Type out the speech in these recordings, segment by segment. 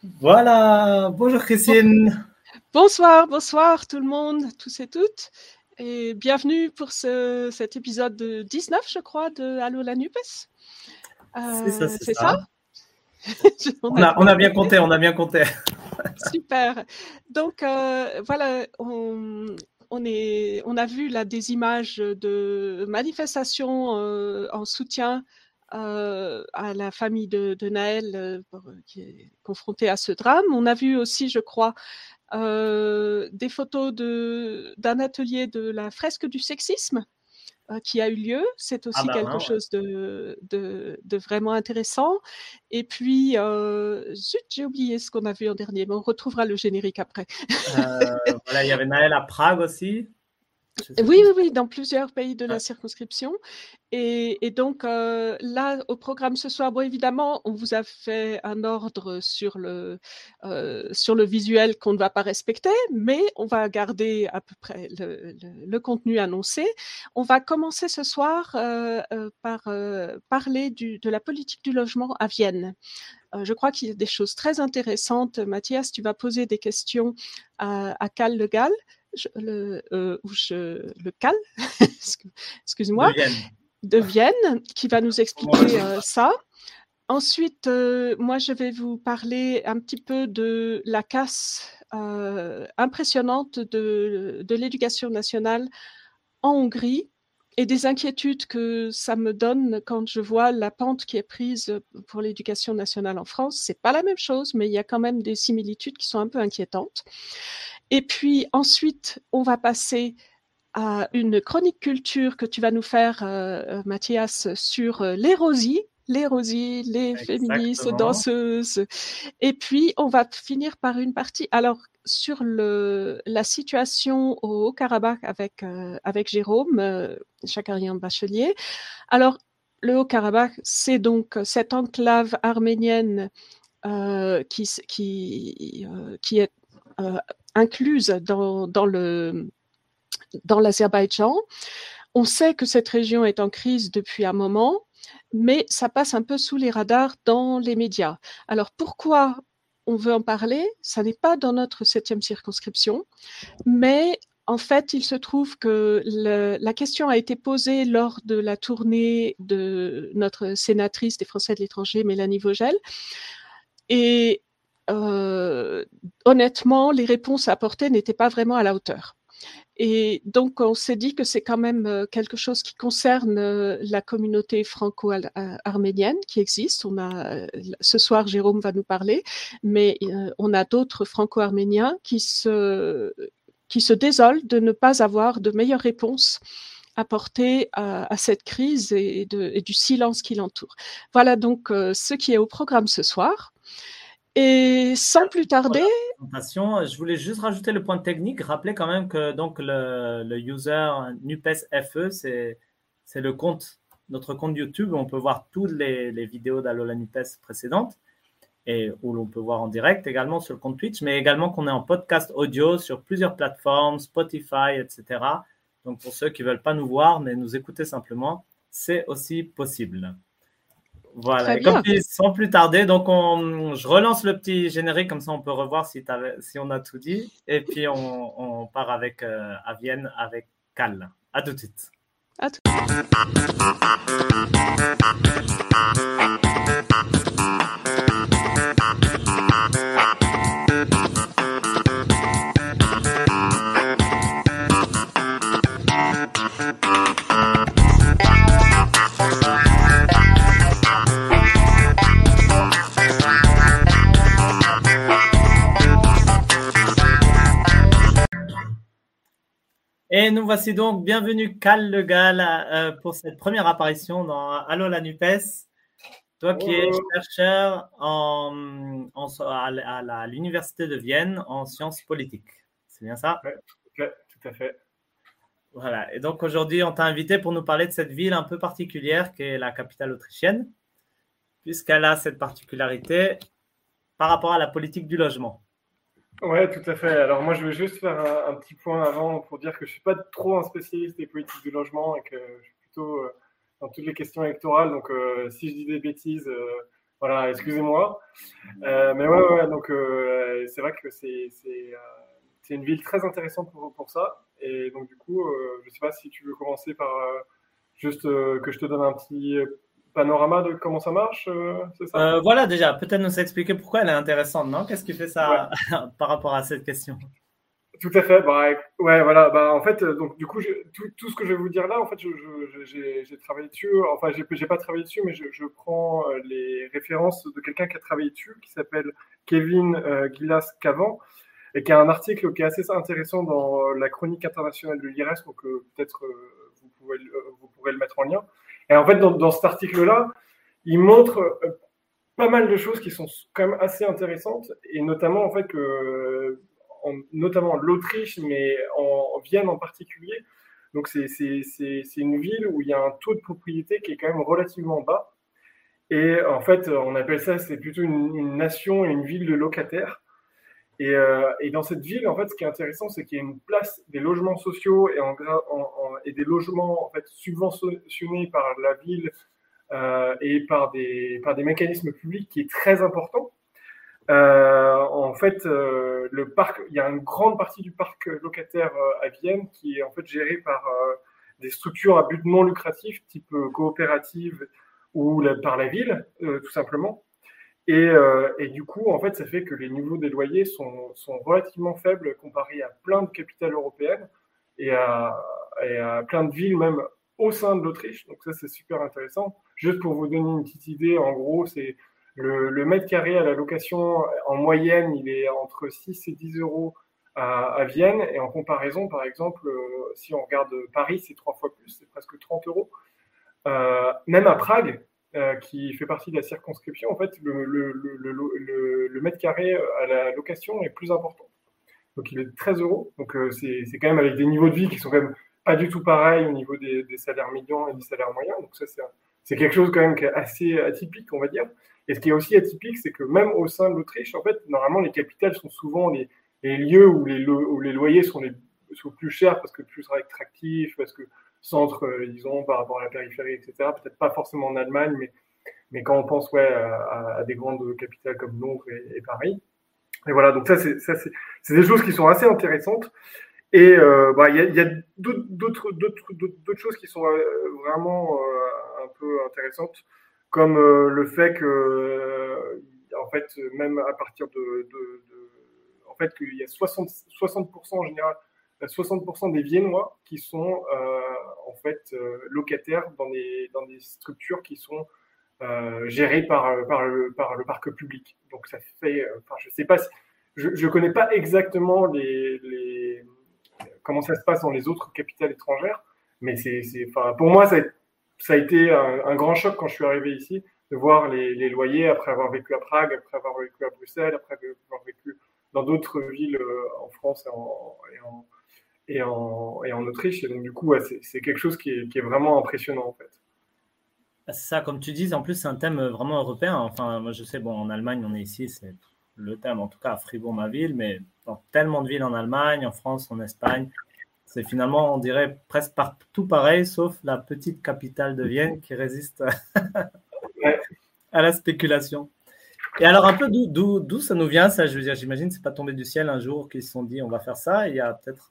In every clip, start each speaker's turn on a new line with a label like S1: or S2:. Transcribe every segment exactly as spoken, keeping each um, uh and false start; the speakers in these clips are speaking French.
S1: Voilà, bonjour Christine.
S2: Bonsoir, bonsoir tout le monde, tous et toutes, et bienvenue pour ce, cet épisode de dix-neuf, je crois, de Allô la Nupes.
S1: Euh, c'est ça, c'est,
S2: c'est
S1: ça.
S2: ça
S1: on, on, a, on a bien compté, on a bien compté.
S2: Super. Donc euh, voilà, on, on, est, on a vu là des images de manifestations euh, en soutien Euh, à la famille de, de Naël euh, qui est confrontée à ce drame. On a vu aussi, je crois, euh, des photos de, d'un atelier de la fresque du sexisme euh, qui a eu lieu. C'est aussi ah ben quelque non, chose ouais. de, de, de vraiment intéressant. Et puis, euh, zut, j'ai oublié ce qu'on a vu en dernier, mais on retrouvera le générique après.
S1: euh, voilà, il y avait Naël à Prague aussi.
S2: Oui, oui, oui, dans plusieurs pays de ouais. la circonscription. Et, et donc, euh, là, au programme ce soir, bon, évidemment, on vous a fait un ordre sur le, euh, sur le visuel qu'on ne va pas respecter, mais on va garder à peu près le, le, le contenu annoncé. On va commencer ce soir euh, euh, par euh, parler du, de la politique du logement à Vienne. Euh, je crois qu'il y a des choses très intéressantes. Mathias, tu vas poser des questions à, à Cal Le Gall. Je, le, euh, ou je le cale, excuse-moi, de Vienne. de Vienne, qui va nous expliquer euh, ça. Ensuite, euh, moi, je vais vous parler un petit peu de la casse euh, impressionnante de, de l'éducation nationale en Hongrie et des inquiétudes que ça me donne quand je vois la pente qui est prise pour l'éducation nationale en France. C'est pas la même chose, mais il y a quand même des similitudes qui sont un peu inquiétantes. Et puis ensuite, on va passer à une chronique culture que tu vas nous faire, euh, Mathias, sur euh, les Rosies, les Rosies, les Exactement. Féministes, danseuses. Et puis, on va finir par une partie, alors, sur le, la situation au Haut-Karabakh avec, euh, avec Jérôme, euh, Chakarian Bachelier. Alors, le Haut-Karabakh, c'est donc cette enclave arménienne euh, qui, qui, euh, qui est euh, incluse dans, dans le dans l'Azerbaïdjan. On sait que cette région est en crise depuis un moment, mais ça passe un peu sous les radars dans les médias. Alors pourquoi on veut en parler? Ça n'est pas dans notre septième circonscription, mais en fait, il se trouve que le, la question a été posée lors de la tournée de notre sénatrice des Français de l'étranger, Mélanie Vogel, et euh, honnêtement, les réponses apportées n'étaient pas vraiment à la hauteur. Et donc, on s'est dit que c'est quand même quelque chose qui concerne la communauté franco-arménienne qui existe. On a, ce soir, Jérôme va nous parler, mais on a d'autres franco-arméniens qui se, qui se désolent de ne pas avoir de meilleures réponses apportées à, à cette crise et, de, et du silence qui l'entoure. Voilà donc ce qui est au programme ce soir. Et sans plus tarder,
S1: je voulais juste rajouter le point technique, rappeler quand même que donc le, le user NupesFE, c'est, c'est le compte, notre compte YouTube où on peut voir toutes les, les vidéos d'Allo la Nupes précédentes et où l'on peut voir en direct également sur le compte Twitch, mais également qu'on est en podcast audio sur plusieurs plateformes, Spotify, et cetera. Donc pour ceux qui ne veulent pas nous voir, mais nous écouter simplement, c'est aussi possible. Voilà, et comme puis, sans plus tarder, donc on, je relance le petit générique, comme ça on peut revoir si, si on a tout dit. Et puis on, on part avec, euh, à Vienne avec Cal. À tout de suite.
S2: À tout.
S1: Et nous voici donc, bienvenue Cal Le Gall euh, pour cette première apparition dans Allô la Nupes. Toi qui es chercheur en, en, à, à, à l'Université de Vienne en sciences politiques. C'est bien ça?
S3: Oui, tout à, tout à fait.
S1: Voilà, et donc aujourd'hui on t'a invité pour nous parler de cette ville un peu particulière qui est la capitale autrichienne, puisqu'elle a cette particularité par rapport à la politique du logement.
S3: Ouais, tout à fait. Alors moi, je vais juste faire un, un petit point avant pour dire que je suis pas trop un spécialiste des politiques du logement et que je suis plutôt euh, dans toutes les questions électorales. Donc, euh, si je dis des bêtises, euh, Voilà, excusez-moi. Euh, mais ouais, ouais, donc euh, c'est vrai que c'est, c'est, euh, c'est une ville très intéressante pour, pour ça. Et donc du coup, euh, je sais pas si tu veux commencer par euh, juste euh, que je te donne un petit panorama de comment ça marche, euh, c'est ça?
S1: Euh, voilà, déjà, peut-être nous expliquer pourquoi elle est intéressante, non? Qu'est-ce qui fait ça
S3: Ouais.
S1: par rapport à cette question?
S3: Tout à fait. Bah, ouais, voilà. Bah, en fait, euh, donc du coup, je, tout, tout ce que je vais vous dire là, en fait, je, je, j'ai, j'ai travaillé dessus. Enfin, j'ai, j'ai pas travaillé dessus, mais je, je prends euh, les références de quelqu'un qui a travaillé dessus, qui s'appelle Kevin euh, Gilas-Cavan, et qui a un article qui est assez intéressant dans la chronique internationale de l'I R E S. Donc euh, peut-être euh, vous pouvez, euh, vous pourrez le mettre en lien. Et en fait, dans, dans cet article-là, il montre euh, pas mal de choses qui sont quand même assez intéressantes, et notamment en fait que En, notamment l'Autriche, mais en, en Vienne en particulier. Donc c'est, c'est, c'est, c'est une ville où il y a un taux de propriété qui est quand même relativement bas. Et en fait, on appelle ça, c'est plutôt une, une nation et une ville de locataires. Et, euh, et dans cette ville, en fait, ce qui est intéressant, c'est qu'il y a une place des logements sociaux et, en, en, en, et des logements en fait, subventionnés par la ville euh, et par des, par des mécanismes publics qui est très important. Euh, en fait, euh, le parc, il y a une grande partie du parc locataire euh, à Vienne qui est en fait géré par euh, des structures à but non lucratif, type euh, coopérative ou la, par la ville, euh, tout simplement. Et, euh, et du coup, en fait, ça fait que les niveaux des loyers sont, sont relativement faibles comparés à plein de capitales européennes et à, et à plein de villes même au sein de l'Autriche. Donc ça, c'est super intéressant. Juste pour vous donner une petite idée, en gros, c'est le, le mètre carré à la location, en moyenne, il est entre six et dix euros à, à Vienne. Et en comparaison, par exemple, euh, si on regarde Paris, c'est trois fois plus, c'est presque trente euros. Euh, même à Prague, euh, qui fait partie de la circonscription, en fait, le, le, le, le, le mètre carré à la location est plus important. Donc il est de treize euros. Donc euh, c'est, c'est quand même avec des niveaux de vie qui sont quand même pas du tout pareils au niveau des, des salaires médians et des salaires moyens. Donc ça, c'est, c'est quelque chose quand même qui est assez atypique, on va dire. Et ce qui est aussi atypique, c'est que même au sein de l'Autriche, en fait, normalement, les capitales sont souvent les, les lieux où les, lo- où les loyers sont les sont plus chers parce que plus attractifs, parce que centre, euh, disons, par rapport à la périphérie, et cetera. Peut-être pas forcément en Allemagne, mais, mais quand on pense ouais, à, à des grandes capitales comme Londres et, et Paris. Et voilà, donc ça, c'est, ça c'est, c'est des choses qui sont assez intéressantes. Et euh, bah, y a, y a d'autres, d'autres, d'autres, d'autres choses qui sont euh, vraiment euh, un peu intéressantes, comme euh, le fait que, euh, en fait, même à partir de, de, de en fait, qu'il y a soixante, soixante pour cent en général, soixante pour cent des Viennois qui sont euh, en fait euh, locataires dans des, dans des structures qui sont euh, gérées par, par, le, par le parc public. Donc ça fait, enfin, je sais pas, si, je ne connais pas exactement les, les, comment ça se passe dans les autres capitales étrangères, mais c'est, c'est, enfin, pour moi, ça a, ça a été un, un grand choc quand je suis arrivé ici, de voir les, les loyers après avoir vécu à Prague, après avoir vécu à Bruxelles, après avoir vécu dans d'autres villes en France et en, et en, et en, et en Autriche. Et donc, du coup, ouais, c'est, c'est quelque chose qui est, qui est vraiment impressionnant, en fait.
S1: C'est ça, comme tu dis, en plus, c'est un thème vraiment européen. Enfin, moi, je sais, bon, en Allemagne, on est ici, c'est le thème, en tout cas à Fribourg, ma ville, mais dans tellement de villes en Allemagne, en France, en Espagne, c'est finalement, on dirait, presque partout pareil, sauf la petite capitale de Vienne qui résiste
S3: Ouais.
S1: à la spéculation. Et alors, un peu d'où, d'où, d'où ça nous vient, ça, je veux dire, j'imagine, c'est pas tombé du ciel un jour qu'ils se sont dit, on va faire ça, il y a peut-être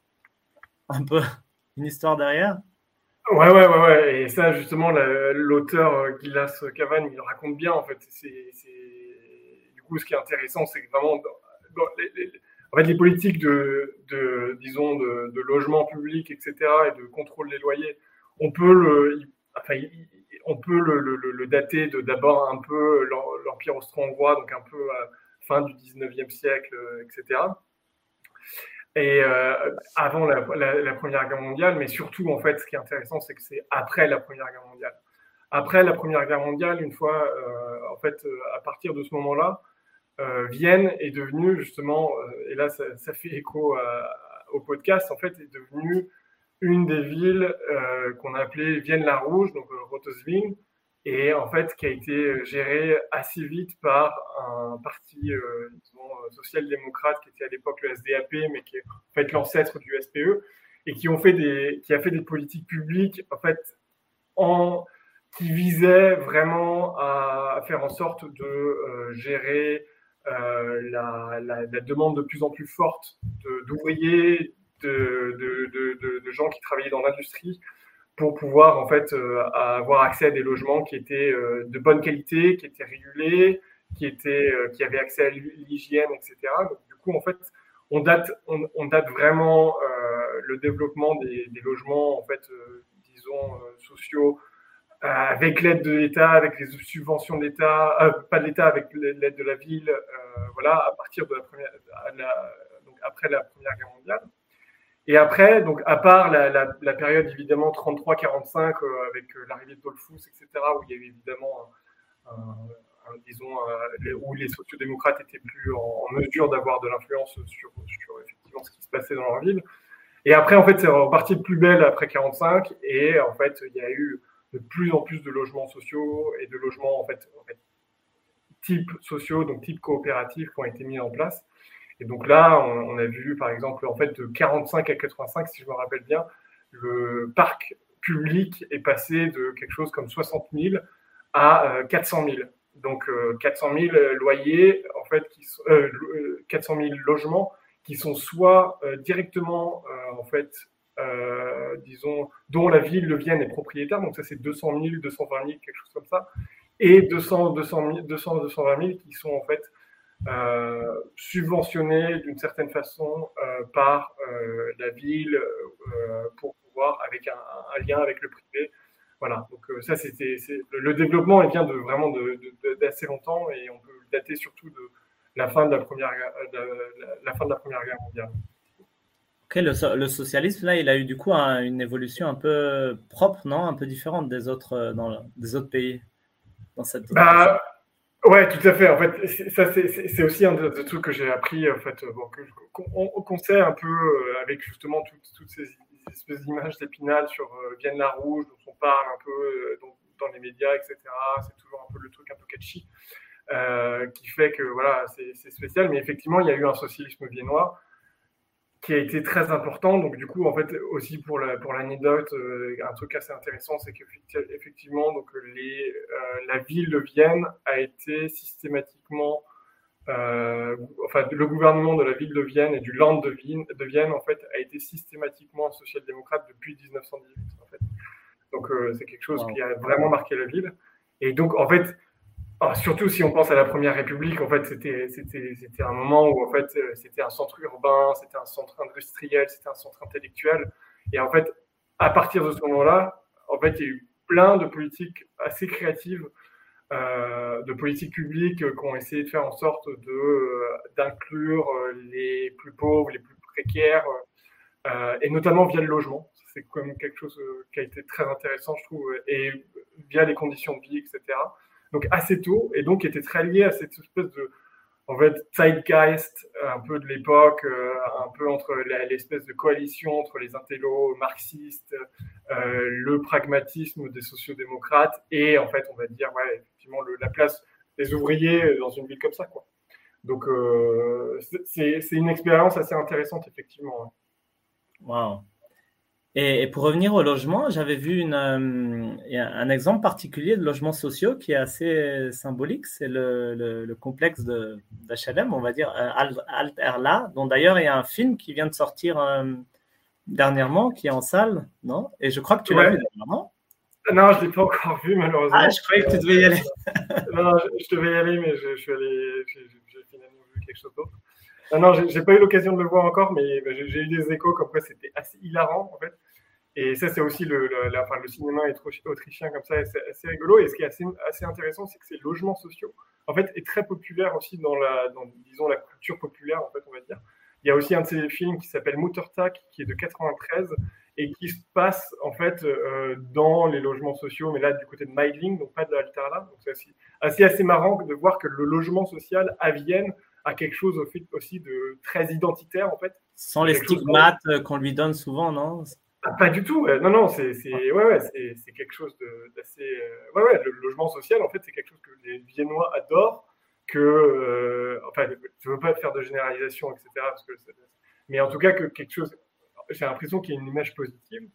S1: un peu une histoire derrière.
S3: Ouais, ouais, ouais, ouais. Et ça, justement, la, l'auteur Gilas Cavan, il raconte bien, en fait. C'est, c'est... Du coup, ce qui est intéressant, c'est que vraiment, dans, dans les, les, en fait, les politiques de, de disons, de, de logement public, et cetera, et de contrôle des loyers, on peut le, enfin, on peut le, le, le dater de d'abord un peu l'Empire austro-hongrois, donc un peu à fin du dix-neuvième siècle, et cetera. Et euh, avant la, la, la Première Guerre mondiale, mais surtout, en fait, ce qui est intéressant, c'est que c'est après la Première Guerre mondiale. Après la Première Guerre mondiale, une fois, euh, en fait, euh, à partir de ce moment-là, euh, Vienne est devenue justement, euh, et là, ça, ça fait écho à, au podcast, en fait, est devenue une des villes euh, qu'on a appelée Vienne-la-Rouge, donc euh, Rottesville, et en fait qui a été gérée assez vite par un parti euh, disons, social-démocrate qui était à l'époque le S D A P, mais qui est en fait l'ancêtre du S P E, et qui ont fait des, qui a fait des politiques publiques en fait en qui visait vraiment à faire en sorte de euh, gérer euh, la, la, la demande de plus en plus forte de, d'ouvriers, de, de, de, de, de gens qui travaillaient dans l'industrie, pour pouvoir en fait euh, avoir accès à des logements qui étaient euh, de bonne qualité, qui étaient régulés, qui étaient, euh, qui avaient accès à l'hygiène, et cetera. Donc, du coup, en fait, on date, on, on date vraiment euh, le développement des, des logements, en fait, euh, disons euh, sociaux, euh, avec l'aide de l'État, avec les subventions de l'État, euh, pas de l'État, avec l'aide de la ville, euh, voilà, à partir de la première, la, donc après la Première Guerre mondiale. Et après, donc à part la, la, la période évidemment trente-trois quarante-cinq euh, avec euh, l'arrivée de Dollfuss, et cetera, où il y a eu évidemment, un, un, un, disons, un, où les sociodémocrates étaient plus en, en mesure d'avoir de l'influence sur, sur effectivement ce qui se passait dans leur ville. Et après, en fait, c'est reparti de plus belle après quarante-cinq, et en fait, il y a eu de plus en plus de logements sociaux et de logements en fait, en fait type sociaux, donc type coopératifs, qui ont été mis en place. Et donc là, on, on a vu, par exemple, en fait, de quarante-cinq à quatre-vingt-cinq, si je me rappelle bien, le parc public est passé de quelque chose comme soixante mille à euh, quatre cent mille. Donc euh, quatre cent mille loyers, en fait, qui sont, euh, quatre cent mille logements qui sont soit euh, directement, euh, en fait, euh, disons, dont la ville de Vienne est propriétaire. Donc ça, c'est deux cent mille, deux cent vingt mille, quelque chose comme ça, et deux cents, deux cents, deux cents, deux cent vingt mille qui sont en fait Euh, subventionné d'une certaine façon euh, par euh, la ville euh, pour pouvoir, avec un, un lien avec le privé. Voilà, donc euh, ça, c'était, c'est, le développement, il vient de, vraiment de, de, de, d'assez longtemps, et on peut le dater surtout de la fin de la Première, de la, la fin de la Première Guerre mondiale.
S1: Ok, le, le socialisme, là, il a eu du coup un, une évolution un peu propre, non? Un peu différente des autres, dans, des autres pays dans cette
S3: bah, ouais, tout à fait. En fait, c'est, ça, c'est, c'est, c'est aussi un des trucs que j'ai appris, en fait, bon, que, qu'on, qu'on sait un peu euh, avec justement toutes, toutes ces espèces d'images d'Épinal sur euh, Vienne-la-Rouge, dont on parle un peu euh, dans, dans les médias, et cetera. C'est toujours un peu le truc un peu catchy, euh, qui fait que voilà, c'est, c'est spécial. Mais effectivement, il y a eu un socialisme viennois qui a été très important. Donc du coup, en fait, aussi pour, la, pour l'anecdote, euh, un truc assez intéressant, c'est qu'effectivement, donc, les, euh, la ville de Vienne a été systématiquement, euh, enfin, le gouvernement de la ville de Vienne et du Land de Vienne, de Vienne en fait, a été systématiquement social-démocrate depuis dix-neuf cent dix-huit, en fait. Donc euh, c'est quelque chose wow. qui a vraiment marqué la ville. Et donc, en fait, alors, surtout si on pense à la Première République, en fait, c'était, c'était, c'était un moment où en fait, c'était un centre urbain, c'était un centre industriel, c'était un centre intellectuel. Et en fait, à partir de ce moment-là, en fait, il y a eu plein de politiques assez créatives, euh, de politiques publiques qui ont essayé de faire en sorte de, euh, d'inclure les plus pauvres, les plus précaires, euh, et notamment via le logement. C'est quand même quelque chose qui a été très intéressant, je trouve, et via les conditions de vie, et cetera. Donc assez tôt, et donc était très lié à cette espèce de, en fait, zeitgeist un peu de l'époque, euh, un peu entre la, l'espèce de coalition entre les intellos marxistes, euh, le pragmatisme des sociodémocrates, et en fait, on va dire, ouais, effectivement, le, la place des ouvriers dans une ville comme ça, quoi. Donc euh, c'est, c'est une expérience assez intéressante, effectivement.
S1: Waouh. Et, et pour revenir au logement, j'avais vu une, euh, un exemple particulier de logements sociaux qui est assez symbolique. C'est le, le, le complexe de, d'H L M, on va dire, Alt Erla, dont d'ailleurs il y a un film qui vient de sortir euh, dernièrement, qui est en salle, non? Et je crois que tu ouais. l'as vu dernièrement.
S3: Non, je ne l'ai pas encore vu, malheureusement.
S1: Ah, je croyais que tu devais y aller.
S3: non, non, je, je devais y aller, mais je, je suis allé, j'ai, j'ai finalement vu quelque chose d'autre. Non, non, j'ai, j'ai pas eu l'occasion de le voir encore, mais bah, j'ai, j'ai eu des échos comme quoi c'était assez hilarant, en fait. Et ça, c'est aussi le, le, la, enfin, le cinéma autrichien comme ça, c'est assez rigolo. Et ce qui est assez, assez intéressant, c'est que ces logements sociaux, en fait, est très populaire aussi dans la, dans, disons, la culture populaire, en fait, on va dire. Il y a aussi un de ces films qui s'appelle Muttertag, qui est de quatre-vingt-treize et qui se passe, en fait, euh, dans les logements sociaux, mais là, du côté de Meidling, donc pas de Alterla. Donc c'est assez, assez, assez marrant de voir que le logement social à Vienne a quelque chose aussi de très identitaire, en fait.
S1: Sans les stigmates de... qu'on lui donne souvent, non?
S3: Ah, pas du tout. Non, non, c'est, c'est, ouais, ouais, c'est, c'est quelque chose de, d'assez. Euh, ouais, ouais, le logement social, en fait, c'est quelque chose que les Viennois adorent. Que, euh, enfin, je ne veux pas faire de généralisation, et cetera. Parce que c'est, mais en tout cas, que quelque chose. J'ai l'impression qu'il y a une image positive.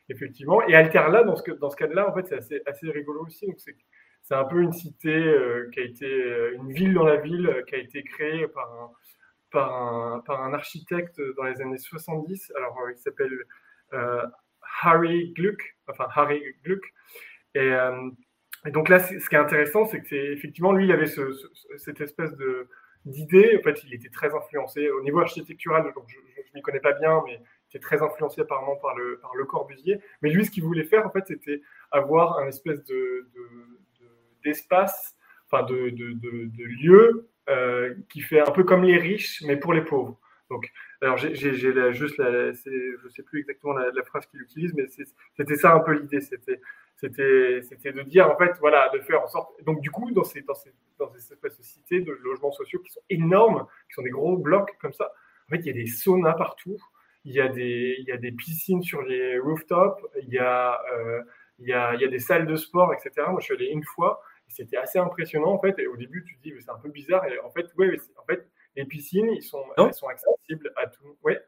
S3: effectivement. Et Alterla, dans ce, dans ce cas-là, en fait, c'est assez, assez rigolo aussi. Donc, c'est, c'est un peu une cité euh, qui a été, euh, une ville dans la ville euh, qui a été créée par un, par un, par un architecte dans les années soixante-dix. Alors, euh, il s'appelle euh, Harry Gluck, enfin Harry Gluck. Et, euh, et donc là, ce qui est intéressant, c'est que c'est effectivement, lui, il avait ce, ce, cette espèce de d'idée. En fait, il était très influencé au niveau architectural. Donc, je ne m'y connais pas bien, mais il était très influencé apparemment par le par Le Corbusier. Mais lui, ce qu'il voulait faire, en fait, c'était avoir un espèce de, de, de d'espace, enfin de de, de, de lieu euh, qui fait un peu comme les riches, mais pour les pauvres. Donc, alors j'ai, j'ai, j'ai la, juste la, c'est, je sais plus exactement la, la phrase qu'il utilise, mais c'est, c'était ça un peu l'idée. C'était C'était, c'était de dire, en fait, voilà, de faire en sorte. Donc, du coup, dans ces, dans ces, dans ces espèces de cités de logements sociaux qui sont énormes, qui sont des gros blocs comme ça, en fait, il y a des saunas partout, il y a des, il y a des piscines sur les rooftops, il y a, euh, il y a, il y a des salles de sport, et cetera. Moi, je suis allé une fois, et c'était assez impressionnant, en fait. Et au début, tu te dis, mais c'est un peu bizarre. Et en fait, ouais, en fait, les piscines, ils sont,
S1: Oh.
S3: elles sont accessibles à tout. Ouais.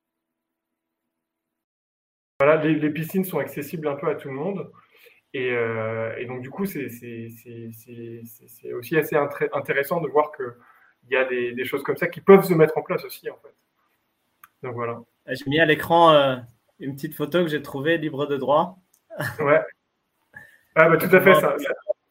S3: Voilà, les, les piscines sont accessibles un peu à tout le monde. Et, euh, et donc, du coup, c'est, c'est, c'est, c'est, c'est aussi assez intré- intéressant de voir qu'il y a des, des choses comme ça qui peuvent se mettre en place aussi, en fait. Donc, voilà.
S1: J'ai mis à l'écran euh, une petite photo que j'ai trouvée libre de droit.
S3: Ouais. Ah, bah, tout à fait, ça. ça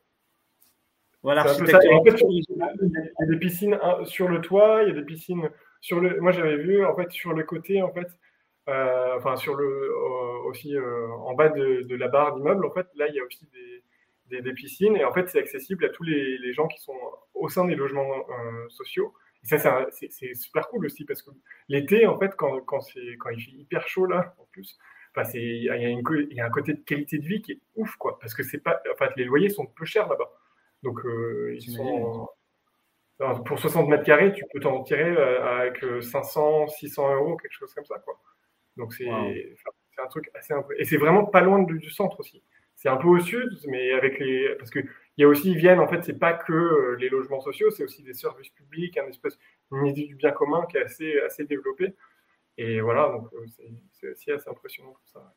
S1: voilà,
S3: c'est un peu ça. Et en fait, il y a des piscines sur le toit, il y a des piscines sur le. Moi, j'avais vu, en fait, sur le côté, en fait, euh, enfin, sur le, euh, aussi euh, en bas de, de la barre d'immeuble, en fait, là, il y a aussi des, des, des piscines. Et en fait, c'est accessible à tous les, les gens qui sont au sein des logements euh, sociaux. Et ça, c'est, un, c'est, c'est super cool aussi, parce que l'été, en fait, quand, quand, c'est, quand il fait hyper chaud, là, en plus, enfin, c'est, il, y a une, il y a un côté de qualité de vie qui est ouf, quoi. Parce que c'est pas, enfin, les loyers sont peu chers là-bas. Donc, euh, ils sont. Alors, pour soixante mètres carrés, tu peux t'en tirer avec cinq cents, six cents euros, quelque chose comme ça, quoi. Donc, c'est, wow. c'est un truc assez impressionnant. Et c'est vraiment pas loin du, du centre aussi. C'est un peu au sud, mais avec les. Parce qu'il y a aussi, Vienne, en fait, c'est pas que les logements sociaux, c'est aussi des services publics, un espèce, une idée du bien commun qui est assez, assez développée. Et voilà, donc c'est, c'est aussi assez impressionnant tout ça.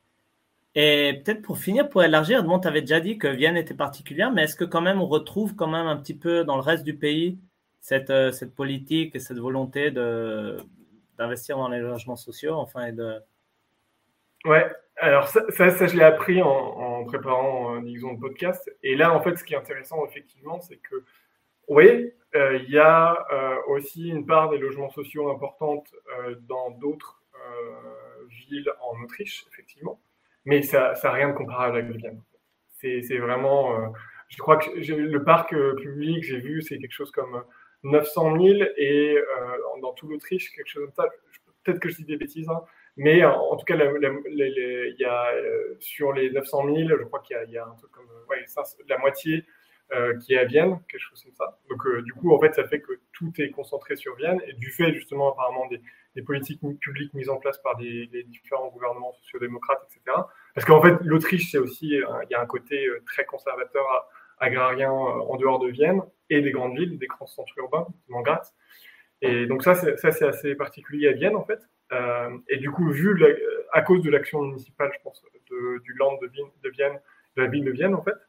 S1: Et peut-être pour finir, pour élargir, bon, tu avais déjà dit que Vienne était particulière, mais est-ce que quand même on retrouve quand même un petit peu dans le reste du pays cette, euh, cette politique et cette volonté de, d'investir dans les logements sociaux, enfin, et de...
S3: Ouais, alors ça, ça, ça je l'ai appris en, en préparant, euh, disons, le podcast. Et là, en fait, ce qui est intéressant, effectivement, c'est que, oui, il euh, y a euh, aussi une part des logements sociaux importante euh, dans d'autres euh, villes en Autriche, effectivement. Mais ça n'a rien de comparable avec Vienne. C'est, c'est vraiment... Euh, je crois que j'ai, le parc euh, public, j'ai vu, c'est quelque chose comme neuf cent mille et euh, dans tout l'Autriche, quelque chose comme ça. Peut-être que je dis des bêtises, hein, mais en, en tout cas, il y a euh, sur les neuf cent mille, je crois qu'il y a, il y a un truc comme ouais, ça, la moitié euh, qui est à Vienne, quelque chose comme ça. Donc, euh, du coup, en fait, ça fait que tout est concentré sur Vienne et du fait, justement, apparemment, des, des politiques publiques mises en place par des, des différents gouvernements sociodémocrates, et cetera. Parce qu'en fait, l'Autriche, c'est aussi, il euh, y a un côté euh, très conservateur agrarien euh, en dehors de Vienne et des grandes villes, des grands centres urbains, notamment Graz. Et donc ça, c'est, ça, c'est assez particulier à Vienne, en fait. Euh, et du coup, vu la, à cause de l'action municipale, je pense, de, du Land de Vienne, de Vienne, de la ville de Vienne, en fait.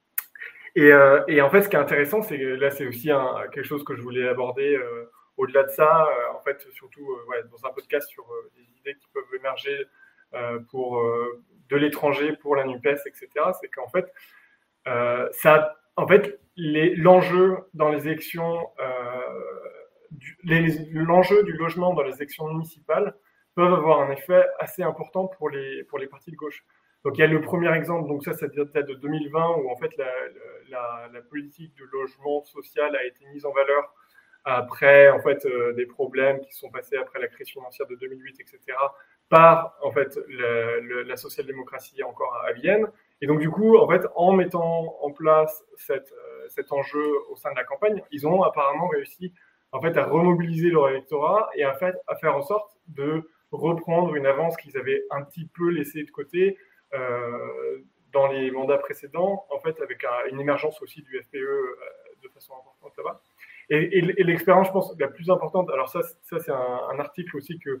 S3: Et, euh, et en fait, ce qui est intéressant, c'est que là, c'est aussi un, quelque chose que je voulais aborder euh, au-delà de ça, euh, en fait, surtout euh, ouais, dans un podcast sur euh, des idées qui peuvent émerger euh, pour, euh, de l'étranger pour la NUPES, et cetera. C'est qu'en fait, euh, ça, en fait les, l'enjeu dans les élections, euh, du, les, l'enjeu du logement dans les élections municipales peuvent avoir un effet assez important pour les, pour les partis de gauche. Donc, il y a le premier exemple, donc ça, ça date de deux mille vingt, où en fait, la, la, la politique de logement social a été mise en valeur après, en fait, euh, des problèmes qui sont passés après la crise financière de deux mille huit, et cetera, par, en fait, le, le, la social-démocratie encore à Vienne. Et donc, du coup, en fait, en mettant en place cette, euh, cet enjeu au sein de la campagne, ils ont apparemment réussi, en fait, à remobiliser leur électorat et, en fait, à faire en sorte de reprendre une avance qu'ils avaient un petit peu laissée de côté, Euh, dans les mandats précédents, en fait, avec un, une émergence aussi du F P E euh, de façon importante là-bas. Et, et, et l'expérience, je pense, la plus importante, alors ça, ça c'est un, un article aussi que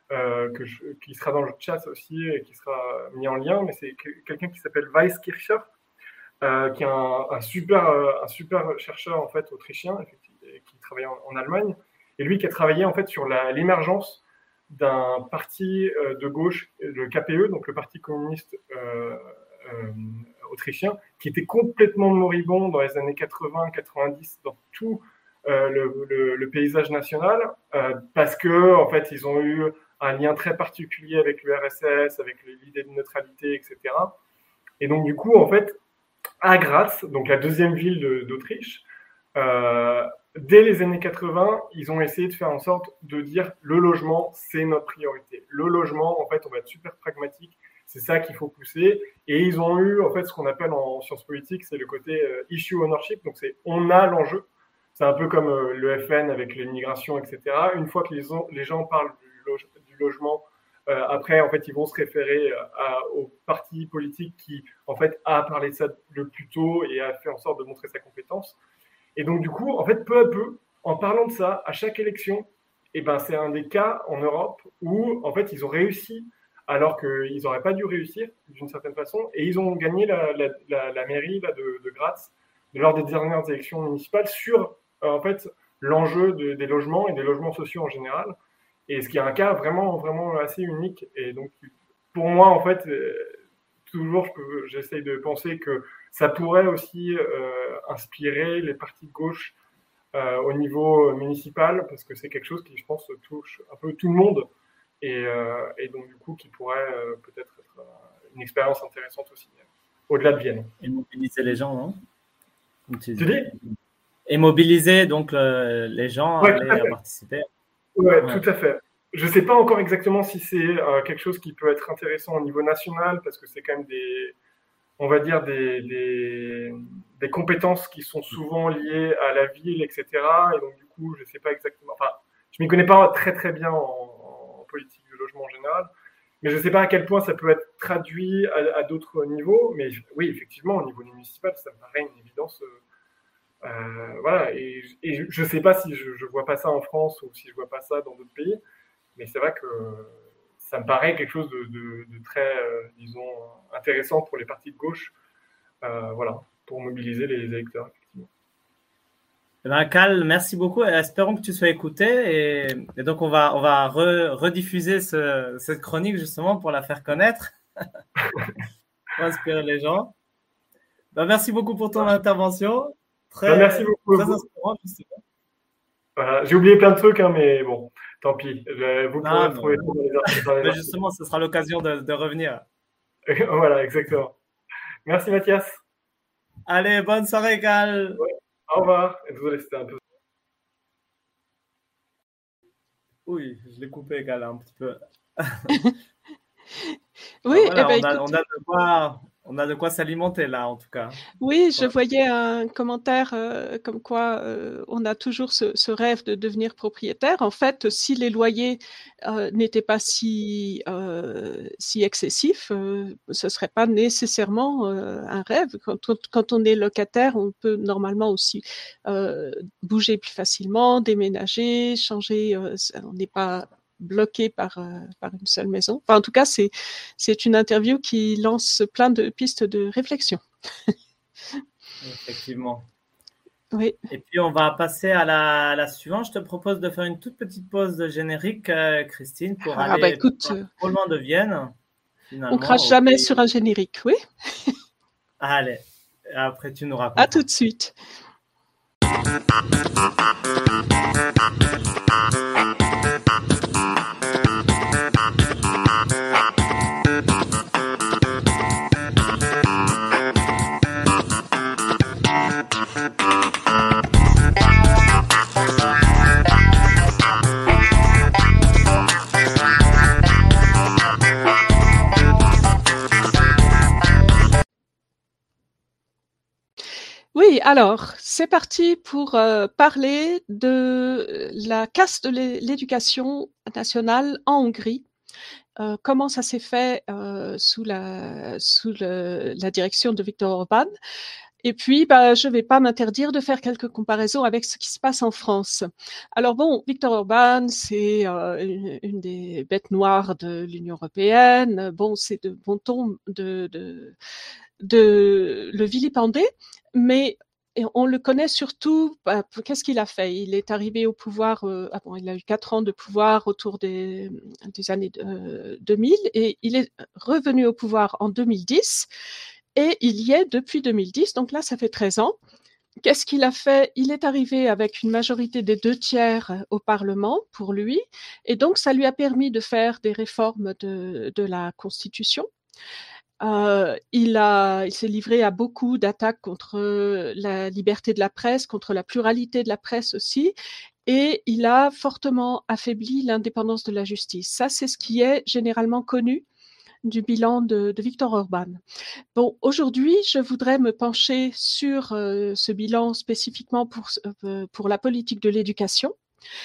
S3: euh, que je, qui sera dans le chat aussi et qui sera mis en lien, mais c'est quelqu'un qui s'appelle Weisskircher, euh, qui est un, un, super, un super chercheur en fait, autrichien, qui travaille en, en Allemagne, et lui qui a travaillé en fait, sur l'émergence d'un parti euh, de gauche, le K P E, donc le Parti communiste euh, euh, autrichien, qui était complètement moribond dans les années quatre-vingts quatre-vingt-dix dans tout euh, le, le, le paysage national, euh, parce que en fait ils ont eu un lien très particulier avec l'U R S S, avec l'idée de neutralité, et cetera. Et donc du coup en fait à Graz, donc la deuxième ville d'Autriche, euh, dès les années quatre-vingts, ils ont essayé de faire en sorte de dire le logement, c'est notre priorité. Le logement, en fait, on va être super pragmatique, c'est ça qu'il faut pousser. Et ils ont eu, en fait, ce qu'on appelle en sciences politiques, c'est le côté euh, issue ownership, donc c'est on a l'enjeu. C'est un peu comme euh, le F N avec l'immigration, et cetera. Une fois que les, les gens parlent du, loge, du logement, euh, après, en fait, ils vont se référer à, au parti politique qui, en fait, a parlé de ça le plus tôt et a fait en sorte de montrer sa compétence. Et donc, du coup, en fait, peu à peu, en parlant de ça, à chaque élection, eh ben, c'est un des cas en Europe où, en fait, ils ont réussi alors qu'ils n'auraient pas dû réussir d'une certaine façon, et ils ont gagné la, la, la, la mairie là, de, de Graz lors des dernières élections municipales sur, euh, en fait, l'enjeu de, des logements et des logements sociaux en général, et ce qui est un cas vraiment, vraiment assez unique. Et donc, pour moi, en fait, euh, toujours, j'essaye de penser que ça pourrait aussi euh, inspirer les partis de gauche euh, au niveau municipal, parce que c'est quelque chose qui, je pense, touche un peu tout le monde, et, euh, et donc, du coup, qui pourrait euh, peut-être être une expérience intéressante aussi, au-delà de Vienne.
S1: Et mobiliser les gens, non?
S3: Tu dis?
S1: Et mobiliser donc le, les gens
S3: ouais,
S1: à aller à participer.
S3: Ouais, ouais, tout à fait. Je ne sais pas encore exactement si c'est euh, quelque chose qui peut être intéressant au niveau national, parce que c'est quand même des, on va dire, des, des, des compétences qui sont souvent liées à la ville, et cetera. Et donc, du coup, je ne sais pas exactement. Enfin, je ne m'y connais pas très, très bien en, en politique de logement en général, mais je ne sais pas à quel point ça peut être traduit à, à d'autres niveaux. Mais oui, effectivement, au niveau municipal, ça me paraît une évidence. Euh, voilà. Et, et je ne sais pas si je ne vois pas ça en France ou si je ne vois pas ça dans d'autres pays. Mais c'est vrai que ça me paraît quelque chose de, de, de très, euh, disons, intéressant pour les partis de gauche, euh, voilà, pour mobiliser les électeurs, effectivement.
S1: Eh ben, Cal, merci beaucoup. Espérons que tu sois écouté. Et, et donc, on va, on va re, rediffuser ce, cette chronique, justement, pour la faire connaître, pour inspirer les gens. Ben, merci beaucoup pour ton intervention. Très,
S3: ben, merci beaucoup.
S1: Très inspirant, justement.
S3: Voilà. J'ai oublié plein de trucs, hein, mais bon, tant pis. Vous pourrez
S1: non,
S3: le trouver
S1: non.
S3: dans les articles.
S1: Mais justement, ce sera l'occasion de, de revenir.
S3: Voilà, exactement. Merci, Mathias.
S1: Allez, bonne soirée, Cal.
S3: Ouais. Au revoir. Désolé, c'était un peu...
S1: Oui, je l'ai coupé, Cal, un petit peu.
S2: Oui,
S1: voilà,
S2: eh ben,
S1: on, a,
S2: écoute...
S1: on, a de quoi, on a de quoi s'alimenter là, en tout cas.
S2: Oui, je ouais. voyais un commentaire euh, comme quoi euh, on a toujours ce, ce rêve de devenir propriétaire. En fait, si les loyers euh, n'étaient pas si, euh, si excessifs, euh, ce ne serait pas nécessairement euh, un rêve. Quand on, quand on est locataire, on peut normalement aussi euh, bouger plus facilement, déménager, changer. Euh, on n'est pas bloqué par, euh, par une seule maison. Enfin, en tout cas, c'est, c'est une interview qui lance plein de pistes de réflexion.
S1: Effectivement.
S2: Oui.
S1: Et puis, on va passer à la, à la suivante. Je te propose de faire une toute petite pause de générique, euh, Christine, pour ah, aller
S2: bah, écoute,
S1: trop loin de Vienne.
S2: On crache jamais pays. Sur un générique, oui.
S1: Allez, après tu nous racontes.
S2: À tout de suite. Oui, alors, c'est parti pour euh, parler de la casse de l'éducation nationale en Hongrie. Euh, comment ça s'est fait euh, sous, la, sous le, la direction de Viktor Orban Et puis, bah, je ne vais pas m'interdire de faire quelques comparaisons avec ce qui se passe en France. Alors bon, Viktor Orban, c'est euh, une, une des bêtes noires de l'Union européenne. Bon, c'est de bon ton de, de, de le vilipender, mais et on le connaît surtout, bah, qu'est-ce qu'il a fait? Il est arrivé au pouvoir, euh, ah bon, il a eu quatre ans de pouvoir autour des, des années euh, deux mille, et il est revenu au pouvoir en deux mille dix, et il y est depuis deux mille dix, donc là, ça fait treize ans. Qu'est-ce qu'il a fait? Il est arrivé avec une majorité des deux tiers au Parlement pour lui, et donc ça lui a permis de faire des réformes de, de la Constitution. Euh, il, a, il s'est livré à beaucoup d'attaques contre la liberté de la presse, contre la pluralité de la presse aussi, et il a fortement affaibli l'indépendance de la justice. Ça, c'est ce qui est généralement connu du bilan de, de Viktor Orban. Bon, aujourd'hui, je voudrais me pencher sur euh, ce bilan spécifiquement pour, euh, pour la politique de l'éducation.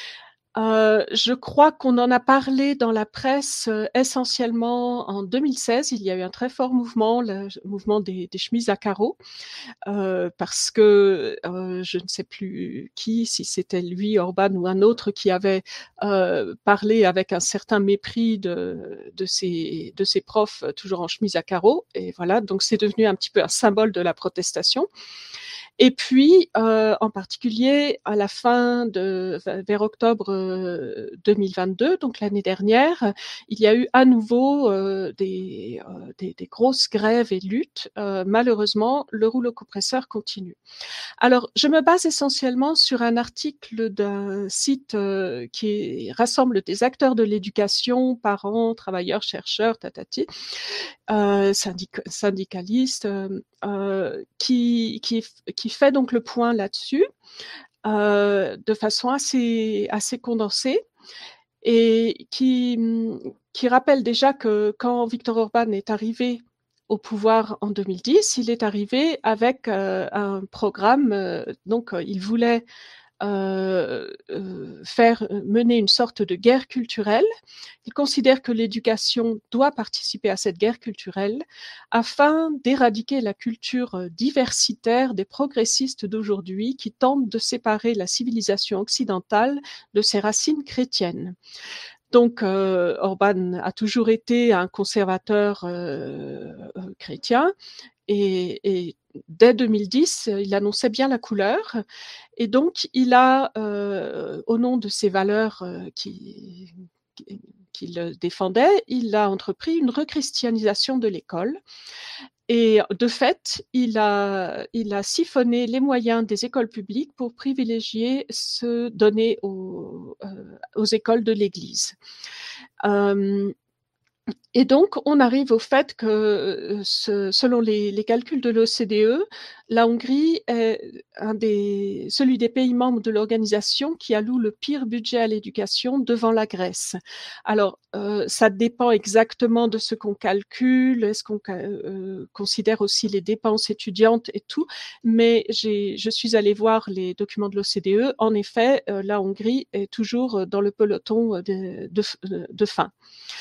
S2: Euh, je crois qu'on en a parlé dans la presse euh, essentiellement en deux mille seize. Il y a eu un très fort mouvement, le mouvement des, des chemises à carreaux, euh, parce que euh, je ne sais plus qui, si c'était lui, Orban ou un autre, qui avait euh, parlé avec un certain mépris de, de, ses, de ses profs toujours en chemise à carreaux. Et voilà, donc c'est devenu un petit peu un symbole de la protestation. Et puis, euh, en particulier, à la fin de, vers octobre euh, deux mille vingt-deux, donc l'année dernière, il y a eu à nouveau euh, des, euh, des, des grosses grèves et luttes. Euh, malheureusement, le rouleau compresseur continue. Alors, je me base essentiellement sur un article d'un site euh, qui rassemble des acteurs de l'éducation, parents, travailleurs, chercheurs, tatati, euh, syndic- syndicalistes, euh, euh, qui, qui, qui fait donc le point là-dessus euh, de façon assez, assez condensée, et qui, qui rappelle déjà que quand Viktor Orban est arrivé au pouvoir en deux mille dix, il est arrivé avec euh, un programme, euh, donc euh, il voulait euh, euh, faire mener une sorte de guerre culturelle. Il considère que l'éducation doit participer à cette guerre culturelle afin d'éradiquer la culture diversitaire des progressistes d'aujourd'hui qui tentent de séparer la civilisation occidentale de ses racines chrétiennes. Donc, euh, Orban a toujours été un conservateur euh, chrétien, et, et dès deux mille dix, il annonçait bien la couleur, et donc il a, euh, au nom de ces valeurs euh, qui, qui, qu'il défendait, il a entrepris une rechristianisation de l'école. Et de fait, il a, il a siphonné les moyens des écoles publiques pour privilégier ceux donnés aux, euh, aux écoles de l'Église. Euh, Et donc, on arrive au fait que, ce, selon les, les calculs de l'O C D E, la Hongrie est un des, celui des pays membres de l'organisation qui alloue le pire budget à l'éducation devant la Grèce. Alors, euh, ça dépend exactement de ce qu'on calcule, est-ce qu'on euh, considère aussi les dépenses étudiantes et tout, mais j'ai, je suis allée voir les documents de l'O C D E. En effet, euh, la Hongrie est toujours dans le peloton de, de, de fin.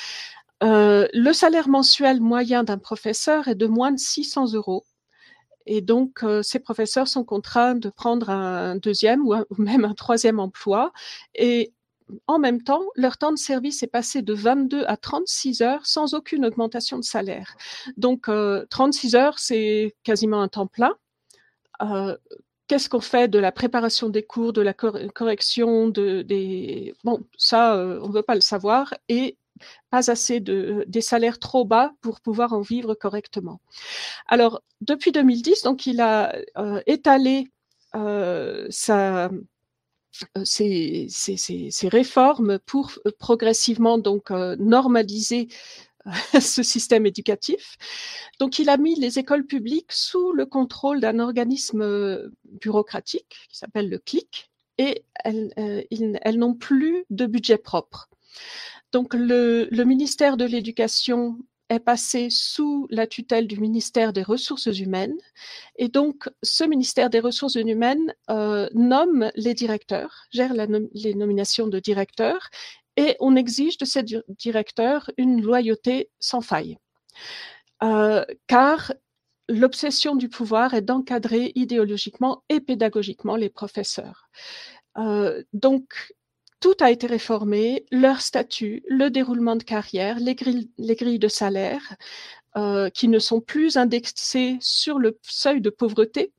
S2: Euh, le salaire mensuel moyen d'un professeur est de moins de six cents euros. Et donc, euh, ces professeurs sont contraints de prendre un deuxième ou, un, ou même un troisième emploi. Et en même temps, leur temps de service est passé de vingt-deux à trente-six heures sans aucune augmentation de salaire. Donc, euh, trente-six heures, c'est quasiment un temps plein. Euh, Qu'est-ce qu'on fait de la préparation des cours, de la cor- correction, de, des... Bon, ça, euh, on ne veut pas le savoir. Et pas assez de, des salaires trop bas pour pouvoir en vivre correctement. Alors, depuis deux mille dix, donc, il a euh, étalé euh, sa, euh, ses, ses, ses, ses réformes pour euh, progressivement donc euh, normaliser euh, ce système éducatif. Donc, il a mis les écoles publiques sous le contrôle d'un organisme euh, bureaucratique qui s'appelle le C L I C, et elles, euh, elles n'ont plus de budget propre. Donc, le, le ministère de l'Éducation est passé sous la tutelle du ministère des Ressources humaines. Et donc, ce ministère des Ressources humaines euh, nomme les directeurs, gère la nom- les nominations de directeurs, et on exige de ces di- directeurs une loyauté sans faille. Euh, car l'obsession du pouvoir est d'encadrer idéologiquement et pédagogiquement les professeurs. Euh, donc, tout a été réformé, leur statut, le déroulement de carrière, les grilles, les grilles de salaire, euh, qui ne sont plus indexées sur le seuil de pauvreté.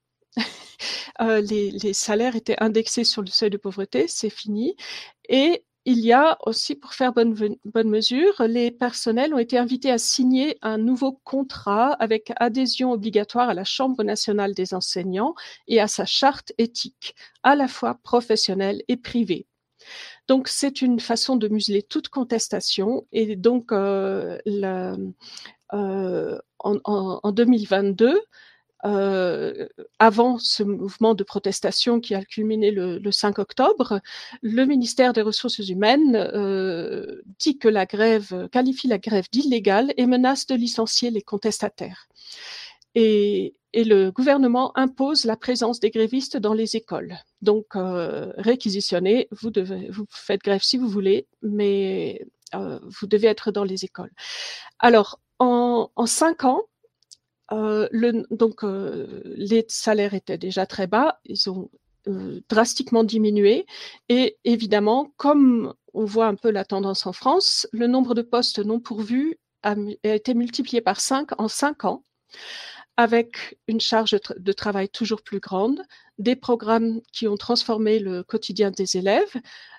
S2: euh, les, les salaires étaient indexés sur le seuil de pauvreté, c'est fini. Et il y a aussi, pour faire bonne, bonne mesure, les personnels ont été invités à signer un nouveau contrat avec adhésion obligatoire à la Chambre nationale des enseignants et à sa charte éthique, à la fois professionnelle et privée. Donc, c'est une façon de museler toute contestation. Et donc, euh, la, euh, en, en, en deux mille vingt-deux, Euh, avant ce mouvement de protestation qui a culminé le, le cinq octobre, le ministère des Ressources humaines euh, dit que la grève, qualifie la grève d'illégale et menace de licencier les contestataires. Et, et le gouvernement impose la présence des grévistes dans les écoles. Donc, euh, réquisitionnez, vous, devez, vous faites grève si vous voulez, mais euh, vous devez être dans les écoles. Alors, en, en cinq ans, Euh, le, donc, euh, les salaires étaient déjà très bas, ils ont euh, drastiquement diminué. Et évidemment, comme on voit un peu la tendance en France, le nombre de postes non pourvus a, a été multiplié par cinq en cinq ans, avec une charge de, tra- de travail toujours plus grande, des programmes qui ont transformé le quotidien des élèves.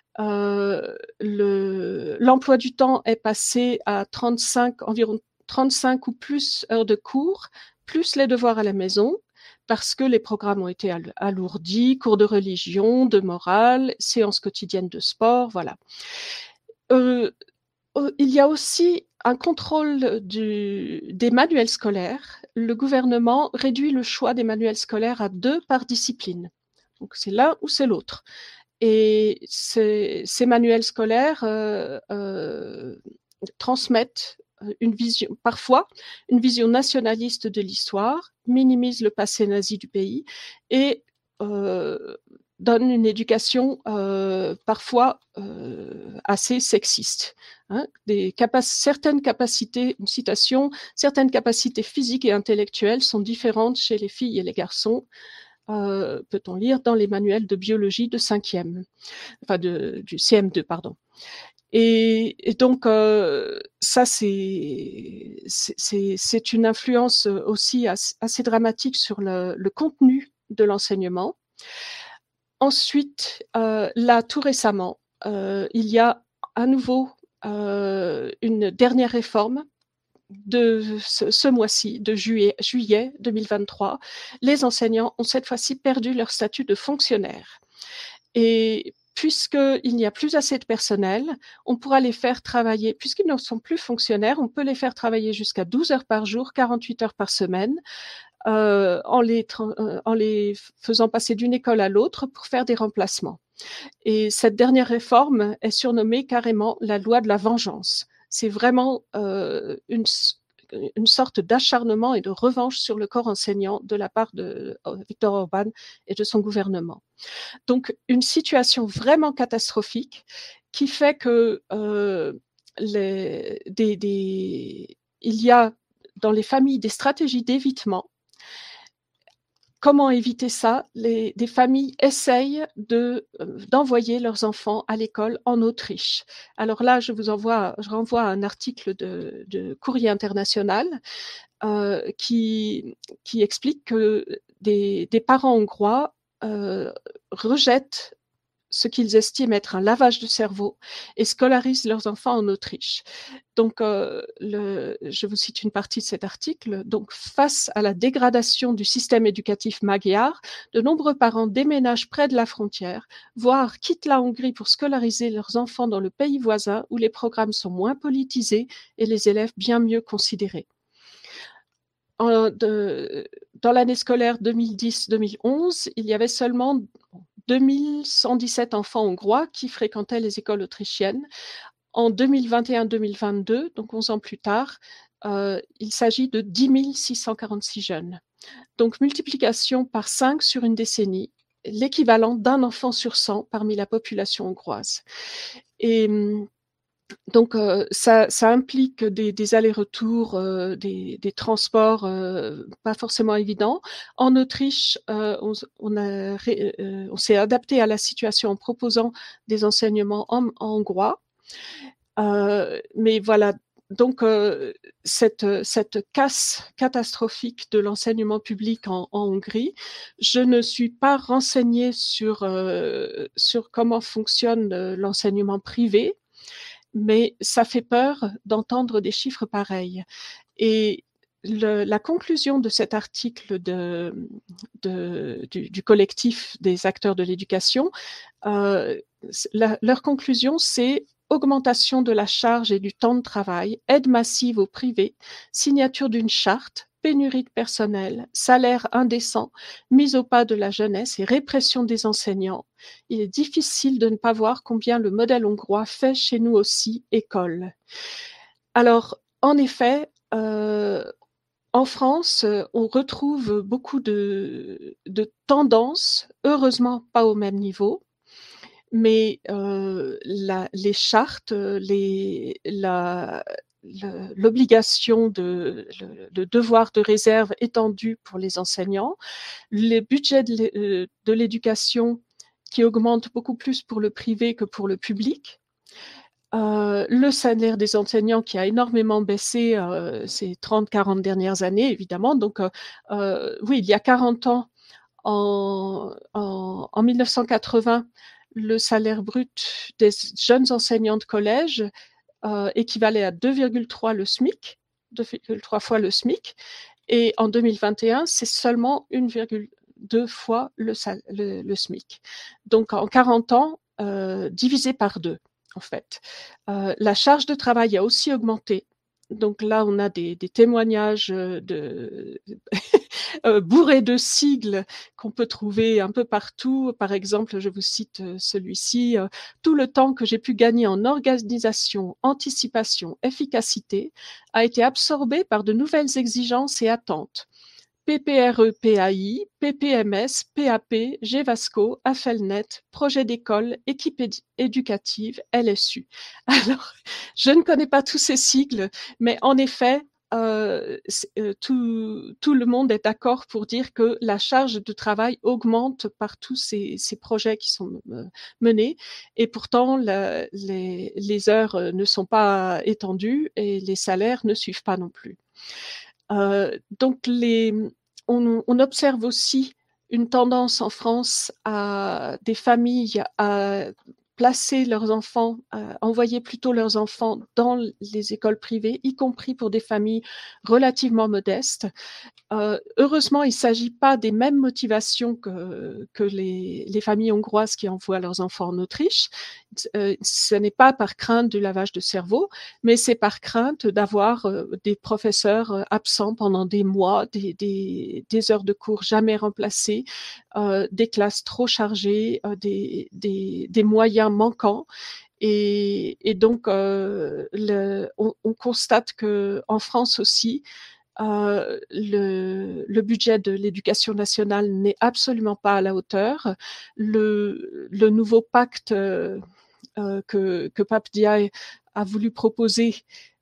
S2: Euh, le, l'emploi du temps est passé à trente-cinq, environ trente-cinq ou plus heures de cours, plus les devoirs à la maison, parce que les programmes ont été alourdis, cours de religion, de morale, séances quotidiennes de sport, voilà. Euh, il y a aussi un contrôle du, des manuels scolaires. Le gouvernement réduit le choix des manuels scolaires à deux par discipline. Donc c'est l'un ou c'est l'autre. Et ces, ces manuels scolaires euh, euh, transmettent une vision, parfois une vision nationaliste de l'histoire, minimisent le passé nazi du pays et euh, donnent une éducation euh, parfois euh, assez sexiste. Hein, des capac- certaines capacités, une citation, certaines capacités physiques et intellectuelles sont différentes chez les filles et les garçons. Euh, peut-on lire dans les manuels de biologie de cinquième, enfin de, du C M deux, pardon. Et, et donc, euh, ça, c'est, c'est, c'est une influence aussi assez, assez dramatique sur le, le contenu de l'enseignement. Ensuite, euh, là, tout récemment, euh, il y a à nouveau euh, une dernière réforme de ce, ce mois-ci, de juillet, juillet deux mille vingt-trois. Les enseignants ont cette fois-ci perdu leur statut de fonctionnaire. Et puisqu'il n'y a plus assez de personnel, on pourra les faire travailler, puisqu'ils ne sont plus fonctionnaires, on peut les faire travailler jusqu'à douze heures par jour, quarante-huit heures par semaine, euh, en, les euh, en les faisant passer d'une école à l'autre pour faire des remplacements. Et cette dernière réforme est surnommée carrément la loi de la vengeance. C'est vraiment euh, une, une sorte d'acharnement et de revanche sur le corps enseignant de la part de Viktor Orban et de son gouvernement. Donc, une situation vraiment catastrophique qui fait que euh, les, des, des, il y a dans les familles des stratégies d'évitement. Comment éviter ça? Les, des familles essayent de, euh, d'envoyer leurs enfants à l'école en Autriche. Alors là, je vous envoie, je renvoie à un article de, de Courrier International euh, qui, qui explique que des, des parents hongrois euh, rejettent ce qu'ils estiment être un lavage de cerveau et scolarisent leurs enfants en Autriche. Donc, euh, le, je vous cite une partie de cet article. Donc, face à la dégradation du système éducatif magyar, de nombreux parents déménagent près de la frontière, voire quittent la Hongrie pour scolariser leurs enfants dans le pays voisin où les programmes sont moins politisés et les élèves bien mieux considérés. En, de, dans l'année scolaire deux mille dix deux mille onze, il y avait seulement deux mille cent dix-sept enfants hongrois qui fréquentaient les écoles autrichiennes. En deux mille vingt et un deux mille vingt-deux, donc onze ans plus tard, euh, il s'agit de dix mille six cent quarante-six jeunes. Donc multiplication par cinq sur une décennie, l'équivalent d'un enfant sur cent parmi la population hongroise. Et Donc, euh, ça, ça implique des, des allers-retours, euh, des, des transports euh, pas forcément évidents. En Autriche, euh, on, on, a, euh, on s'est adapté à la situation en proposant des enseignements en, en hongrois. Euh, mais voilà, donc euh, cette, cette casse catastrophique de l'enseignement public en, en Hongrie, je ne suis pas renseignée sur, euh, sur comment fonctionne euh, l'enseignement privé, mais ça fait peur d'entendre des chiffres pareils. Et le, la conclusion de cet article de, de, du, du collectif des acteurs de l'éducation, euh, la, leur conclusion, c'est augmentation de la charge et du temps de travail, aide massive au privé, signature d'une charte, pénurie de personnel, salaire indécent, mise au pas de la jeunesse et répression des enseignants. Il est difficile de ne pas voir combien le modèle hongrois fait chez nous aussi école. Alors, en effet, euh, en France, on retrouve beaucoup de, de tendances, heureusement pas au même niveau, mais euh, la, les chartes, les, la, le, l'obligation de le, le devoir de réserve étendu pour les enseignants, les budgets de, de l'éducation qui augmentent beaucoup plus pour le privé que pour le public. Euh, le salaire des enseignants qui a énormément baissé euh, ces trente quarante dernières années, évidemment. Donc, euh, euh, oui, il y a quarante ans, en, en, en mille neuf cent quatre-vingts, le salaire brut des jeunes enseignants de collège euh, équivalait à deux virgule trois le SMIC, deux virgule trois fois le SMIC. Et en deux mille vingt et un, c'est seulement une virgule deux fois le, le, le SMIC. Donc, en quarante ans, euh, divisé par deux. En fait, euh, la charge de travail a aussi augmenté. Donc là, on a des, des témoignages de, euh, bourrés de sigles qu'on peut trouver un peu partout. Par exemple, je vous cite celui-ci. Euh, Tout le temps que j'ai pu gagner en organisation, anticipation, efficacité a été absorbé par de nouvelles exigences et attentes. P P R E P A I, P P M S, P A P, Gevasco, Affelnet, projet d'école, équipe éd- éducative, L S U. Alors, je ne connais pas tous ces sigles, mais en effet, euh, euh, tout, tout le monde est d'accord pour dire que la charge de travail augmente par tous ces, ces projets qui sont euh, menés, et pourtant la, les, les heures ne sont pas étendues et les salaires ne suivent pas non plus. Euh, donc, les, on, on observe aussi une tendance en France à des familles à placer leurs enfants, à envoyer plutôt leurs enfants dans les écoles privées, y compris pour des familles relativement modestes. Euh, heureusement, il ne s'agit pas des mêmes motivations que, que les, les familles hongroises qui envoient leurs enfants en Autriche. Euh, ce n'est pas par crainte du lavage de cerveau, mais c'est par crainte d'avoir euh, des professeurs absents pendant des mois, des, des, des heures de cours jamais remplacées, euh, des classes trop chargées, euh, des, des, des moyens manquants. Et, et donc, euh, le, on, on constate que en France aussi, euh, le, le budget de l'éducation nationale n'est absolument pas à la hauteur. Le, le nouveau pacte euh, euh, que, que Pape Diaye a voulu proposer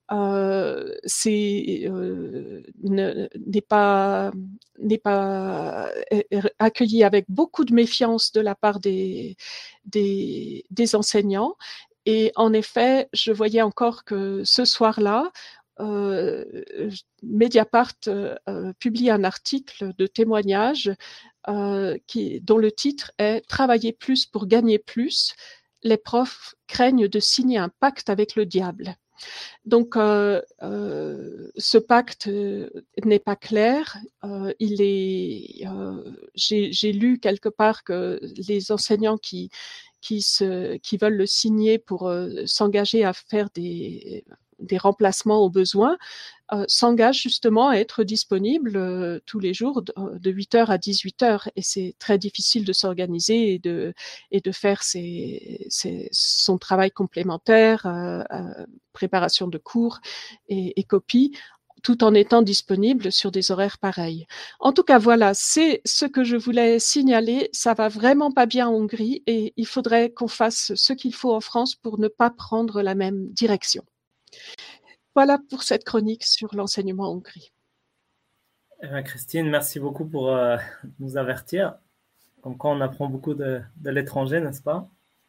S2: euh, c'est, euh, ne, n'est pas, n'est pas accueilli avec beaucoup de méfiance de la part des, des, des enseignants. Et en effet, je voyais encore que ce soir-là, euh, Mediapart euh, publie un article de témoignage euh, qui, dont le titre est « Travailler plus pour gagner plus. Les profs craignent de signer un pacte avec le diable ». Donc, euh, euh, ce pacte euh, n'est pas clair. Euh, il est, euh, j'ai, j'ai lu quelque part que les enseignants qui qui, se, qui veulent le signer pour euh, s'engager à faire des, des remplacements aux besoins, euh, s'engagent justement à être disponibles euh, tous les jours de, de huit heures à dix-huit heures. Et c'est très difficile de s'organiser et de, et de faire ses, ses, son travail complémentaire, euh, euh, préparation de cours et, et copie, tout en étant disponible sur des horaires pareils. En tout cas, voilà, c'est ce que je voulais signaler. Ça va vraiment pas bien en Hongrie et il faudrait qu'on fasse ce qu'il faut en France pour ne pas prendre la même direction. Voilà pour cette chronique sur l'enseignement en Hongrie.
S1: Eh bien, Christine, merci beaucoup pour euh, nous avertir. Comme quoi, on apprend beaucoup de, de l'étranger, n'est-ce pas?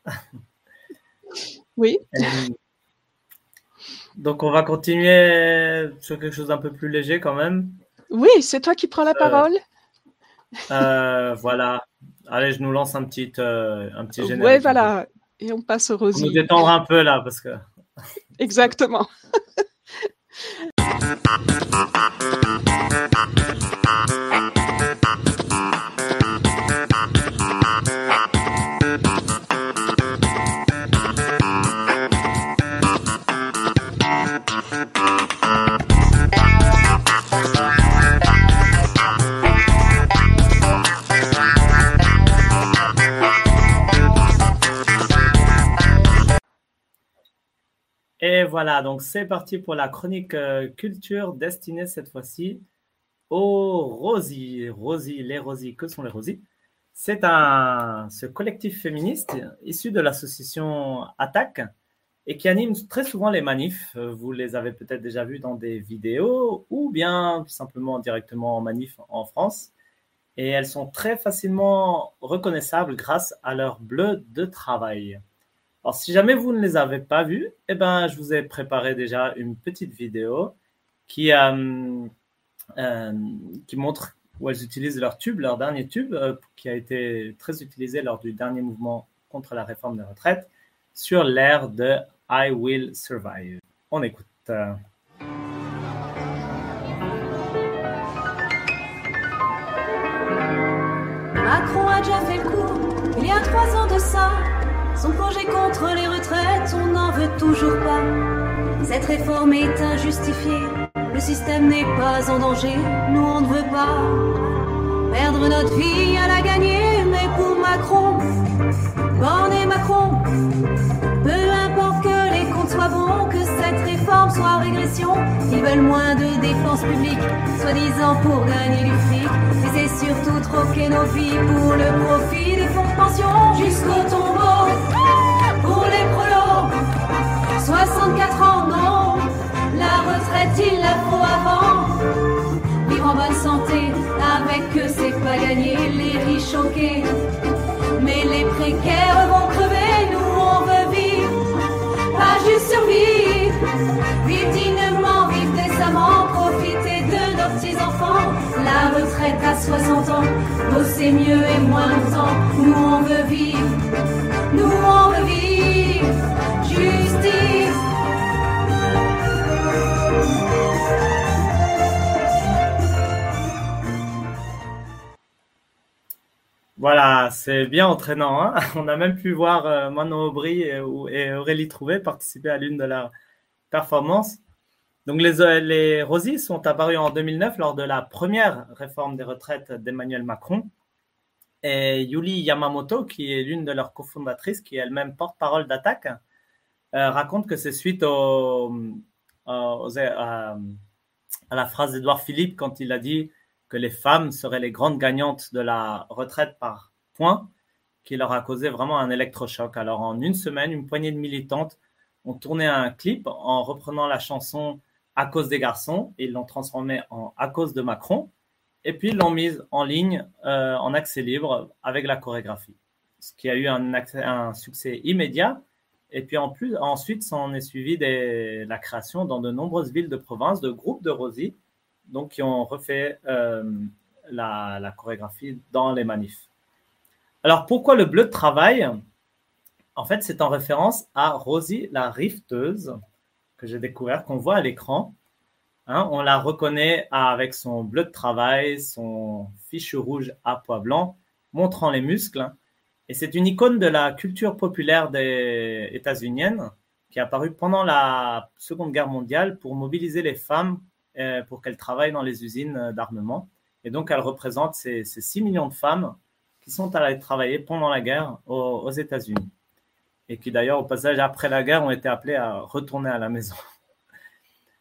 S2: Oui.
S1: Et, donc, on va continuer sur quelque chose d'un peu plus léger quand même.
S2: Oui, c'est toi qui prends la parole.
S1: Euh, euh, voilà. Allez, je nous lance un petit, euh, un petit générique.
S2: Oui, voilà. Et on passe au Rosie.
S1: Pour nous détendre un peu là, parce que...
S2: Exactement.
S1: Et voilà, donc c'est parti pour la chronique euh, culture destinée cette fois-ci aux Rosies. Rosies, les Rosies, que sont les Rosies? C'est un ce collectif féministe issu de l'association Attaque et qui anime très souvent les manifs. Vous les avez peut-être déjà vus dans des vidéos ou bien simplement directement en manif en France. Et elles sont très facilement reconnaissables grâce à leur bleu de travail. Alors, si jamais vous ne les avez pas vus, eh ben, je vous ai préparé déjà une petite vidéo qui, euh, euh, qui montre où elles utilisent leur tube, leur dernier tube, euh, qui a été très utilisé lors du dernier mouvement contre la réforme des retraites, sur l'air de I Will Survive. On écoute. Euh...
S4: Macron a déjà fait le coup, il y a trois ans de ça. Son projet contre les retraites, on n'en veut toujours pas. Cette réforme est injustifiée, le système n'est pas en danger, nous on ne veut pas perdre notre vie à la gagner. Mais pour Macron, Borne et Macron, peu importe que les comptes soient bons, que cette réforme soit en régression, ils veulent moins de dépenses publiques, soi-disant pour gagner du fric. Et c'est surtout troquer nos vies pour le profit des fonds de pension jusqu'au tombeau. Pour les prolos, soixante-quatre ans, non, la retraite il la faut avant. Vivre en bonne santé, avec eux c'est pas gagné, les riches choqués. Mais les précaires vont crever, nous on veut vivre, pas juste survivre. Vivre dignement, vivre décemment, profiter de nos petits-enfants. La retraite à soixante ans, bosser mieux et moins longtemps. Nous on veut vivre, nous on veut vivre, justice.
S1: Voilà, c'est bien entraînant. Hein, on a même pu voir euh, Manon Aubry et, et Aurélie Trouvé participer à l'une de leurs performances. Donc les, les Rosies sont apparus en deux mille neuf lors de la première réforme des retraites d'Emmanuel Macron. Et Yuli Yamamoto, qui est l'une de leurs cofondatrices, qui est elle-même porte-parole d'Attaque, euh, raconte que c'est suite au, aux, à, à la phrase d'Édouard Philippe quand il a dit que les femmes seraient les grandes gagnantes de la retraite par points, qui leur a causé vraiment un électrochoc. Alors en une semaine, une poignée de militantes ont tourné un clip en reprenant la chanson « À cause des garçons » et ils l'ont transformée en « À cause de Macron ». Et puis ils l'ont mise en ligne euh, en accès libre avec la chorégraphie, ce qui a eu un, accès, un succès immédiat. Et puis en plus, ensuite, s'en est suivi des, la création dans de nombreuses villes de province de groupes de Rosies, donc qui ont refait euh, la, la chorégraphie dans les manifs. Alors pourquoi le bleu de travail? En fait, c'est en référence à Rosie la rifteuse, que j'ai découvert, qu'on voit à l'écran. Hein, on la reconnaît avec son bleu de travail, son fichu rouge à pois blanc, montrant les muscles. Et c'est une icône de la culture populaire des États-Uniennes qui est apparue pendant la Seconde Guerre mondiale pour mobiliser les femmes euh, pour qu'elles travaillent dans les usines d'armement. Et donc, elle représente ces, ces six millions de femmes qui sont allées travailler pendant la guerre aux, aux États-Unis. Et qui d'ailleurs, au passage, après la guerre, ont été appelées à retourner à la maison.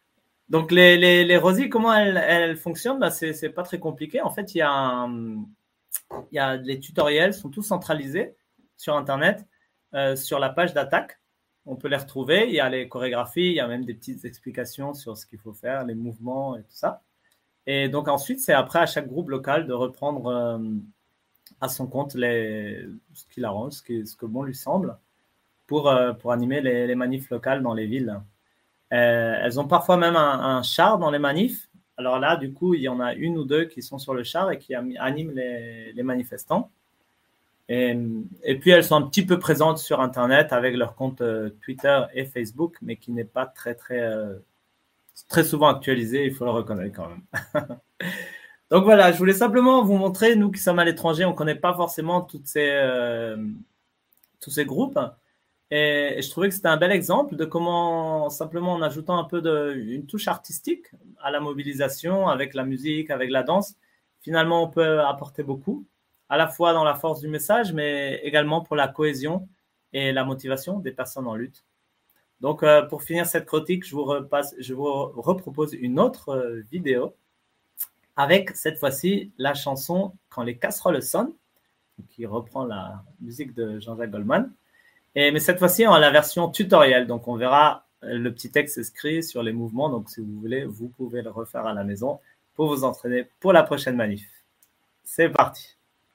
S1: Donc, les, les, les rosies, comment elles, elles fonctionnent? Bah, c'est, c'est pas très compliqué. En fait, il y a, un, il y a les tutoriels, sont tous centralisés sur Internet, euh, sur la page d'attaque. On peut les retrouver. Il y a les chorégraphies, il y a même des petites explications sur ce qu'il faut faire, les mouvements et tout ça. Et donc, ensuite, c'est après à chaque groupe local de reprendre euh, à son compte les, ce qu'il arrange, ce, qui, ce que bon lui semble, pour, euh, pour animer les, les manifs locales dans les villes. Euh, elles ont parfois même un, un char dans les manifs. Alors là, du coup, il y en a une ou deux qui sont sur le char et qui animent les, les manifestants. Et, et puis, elles sont un petit peu présentes sur Internet avec leur compte euh, Twitter et Facebook, mais qui n'est pas très, très, euh, très souvent actualisé, il faut le reconnaître quand même. Donc voilà, je voulais simplement vous montrer, nous qui sommes à l'étranger, on ne connaît pas forcément toutes ces, euh, tous ces groupes. Et, et je trouvais que c'était un bel exemple de comment, simplement en ajoutant un peu de, une touche artistique à la mobilisation, avec la musique, avec la danse, finalement, on peut apporter beaucoup, à la fois dans la force du message, mais également pour la cohésion et la motivation des personnes en lutte. Donc, euh, pour finir cette critique, je vous, repasse, je vous repropose une autre euh, vidéo avec, cette fois-ci, la chanson « Quand les casseroles sonnent », qui reprend la musique de Jean-Jacques Goldman. Et, mais cette fois-ci, on a la version tutoriel. Donc, on verra le petit texte écrit sur les mouvements. Donc, si vous voulez, vous pouvez le refaire à la maison pour vous entraîner pour la prochaine manif. C'est parti.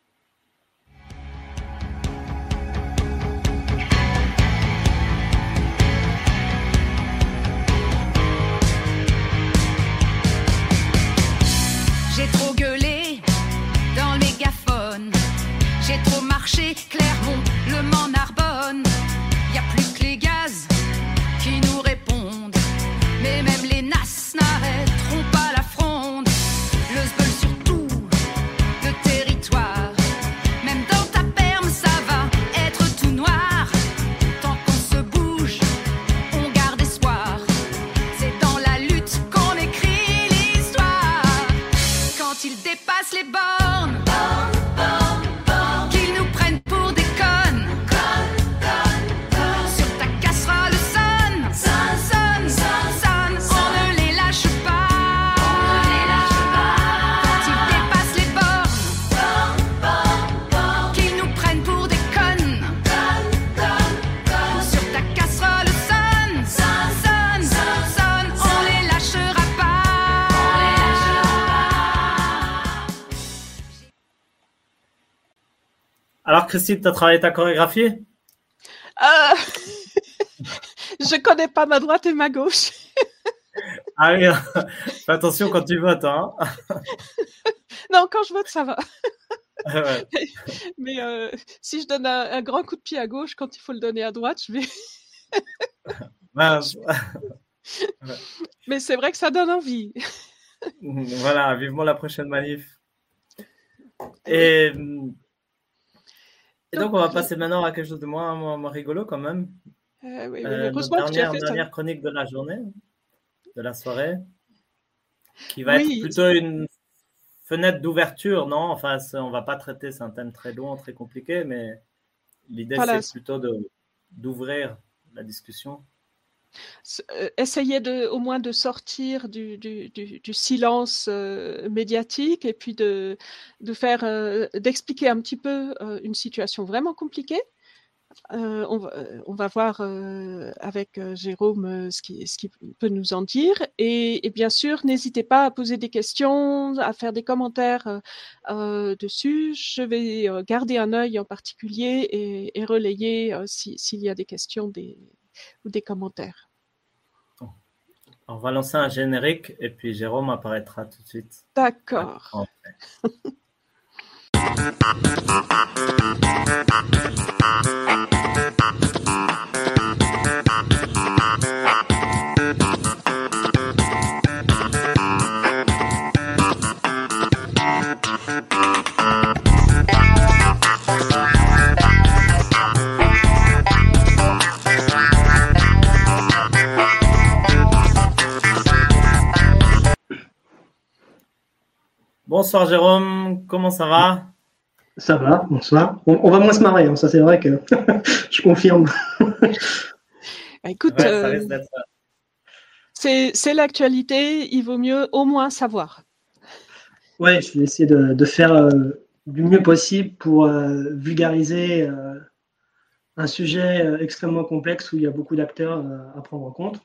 S5: J'ai trop gueulé dans le mégaphone. J'ai trop marché, Clermont, Le Mans, Narbonne. Y a plus que les gaz qui nous répondent. Mais même les nasses n'arrêteront pas la fronde. Le sbeul sur tout le territoire. Même dans ta perme, ça va être tout noir. Tant qu'on se bouge, on garde espoir. C'est dans la lutte qu'on écrit l'histoire. Quand ils dépassent les bornes, qu'ils nous prennent pour des connes. Sur ta casserole sonne, sonne, sonne, on ne les lâche pas. Quand ils dépassent les bornes, qu'ils nous prennent pour des connes. Sur ta casserole sonne, sonne, sonne, on les lâchera pas.
S1: Alors, Christine, tu as travaillé ta chorégraphie?
S2: Euh, je connais pas ma droite et ma gauche.
S1: Ah oui, fais attention quand tu votes. Hein.
S2: Non, quand je vote, ça va.
S1: Ouais.
S2: Mais euh, si je donne un, un grand coup de pied à gauche, quand il faut le donner à droite, je vais.
S1: Mince.
S2: Mais c'est vrai que ça donne envie.
S1: Voilà, vivement la prochaine manif. Et, et donc, on va passer maintenant à quelque chose de moins, moins, moins rigolo quand même.
S2: Euh, oui, oui,
S1: Euh, notre
S2: heureusement que tu as
S1: dernière,
S2: fait ça.
S1: dernière chronique de la journée, de la soirée, qui va
S2: Oui.
S1: être plutôt une fenêtre d'ouverture, non? Enfin, c'est- on ne va pas traiter, c'est un thème très long, très compliqué, mais l'idée,
S2: Voilà.
S1: c'est plutôt de, d'ouvrir la discussion.
S2: S- euh, Essayer de, au moins de sortir du, du, du, du silence euh, médiatique et puis de, de faire, euh, d'expliquer un petit peu euh, une situation vraiment compliquée. Euh, on, va, euh, on va voir euh, avec euh, Jérôme euh, ce qu'il ce qu'il peut nous en dire. Et, et bien sûr, n'hésitez pas à poser des questions, à faire des commentaires euh, euh, dessus. Je vais euh, garder un œil en particulier et, et relayer euh, si- s'il y a des questions des, ou des commentaires.
S1: On va lancer un générique et puis Jérôme apparaîtra tout de suite.
S2: D'accord.
S1: En Bonsoir Jérôme, comment ça va?
S6: Ça va, bonsoir. On, on va moins se marrer, hein, ça c'est vrai que je confirme.
S2: Bah, écoute,
S1: Ouais, ça
S2: euh,
S1: risque d'être
S2: c'est, c'est l'actualité, il vaut mieux au moins savoir.
S6: Ouais, je vais essayer de, de faire euh, du mieux possible pour euh, vulgariser euh, un sujet euh, extrêmement complexe où il y a beaucoup d'acteurs euh, à prendre en compte.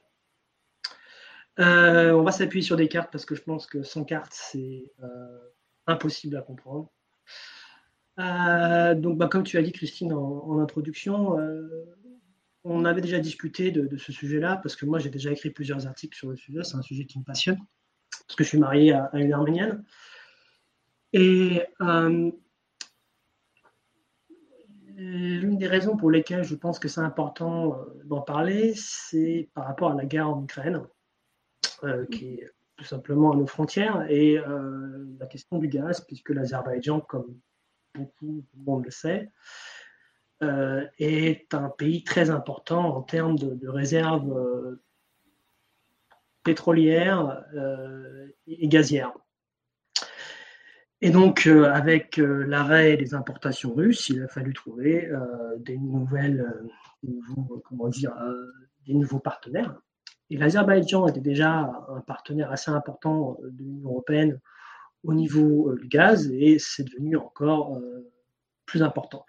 S6: Euh, on va s'appuyer sur des cartes parce que je pense que sans cartes, c'est euh, impossible à comprendre. Euh, donc, bah, comme tu as dit, Christine, en, en introduction, euh, on avait déjà discuté de, de ce sujet-là parce que moi, j'ai déjà écrit plusieurs articles sur le sujet. C'est un sujet qui me passionne parce que je suis marié à, à une Arménienne. Et euh, l'une des raisons pour lesquelles je pense que c'est important euh, d'en parler, c'est par rapport à la guerre en Ukraine, euh, qui est tout simplement à nos frontières, et euh, la question du gaz, puisque l'Azerbaïdjan, comme beaucoup de monde le sait, euh, est un pays très important en termes de, de réserves euh, pétrolières euh, et gazières. Et donc, euh, avec euh, l'arrêt des importations russes, il a fallu trouver euh, des nouvelles, euh, des nouveaux, comment dire, euh, des nouveaux partenaires. Et l'Azerbaïdjan était déjà un partenaire assez important de l'Union européenne au niveau euh, du gaz, et c'est devenu encore euh, plus important.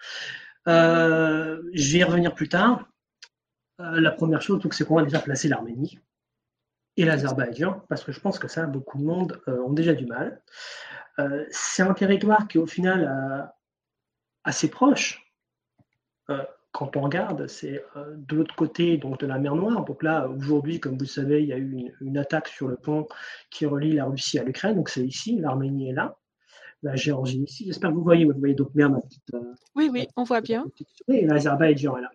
S6: Euh, je vais y revenir plus tard. Euh, la première chose, c'est qu'on va déjà placer l'Arménie et l'Azerbaïdjan, parce que je pense que ça, beaucoup de monde euh, ont déjà du mal. Euh, c'est un territoire qui est au final euh, assez proche. Euh, quand on regarde, c'est euh, de l'autre côté donc, de la mer Noire. Donc là, aujourd'hui, comme vous le savez, il y a eu une, une attaque sur le pont qui relie la Russie à l'Ukraine. Donc c'est ici, l'Arménie est là, la Géorgie ici. J'espère que vous voyez, vous voyez donc bien ma petite. Euh,
S2: oui, oui, on voit bien.
S6: Et l'Azerbaïdjan est là.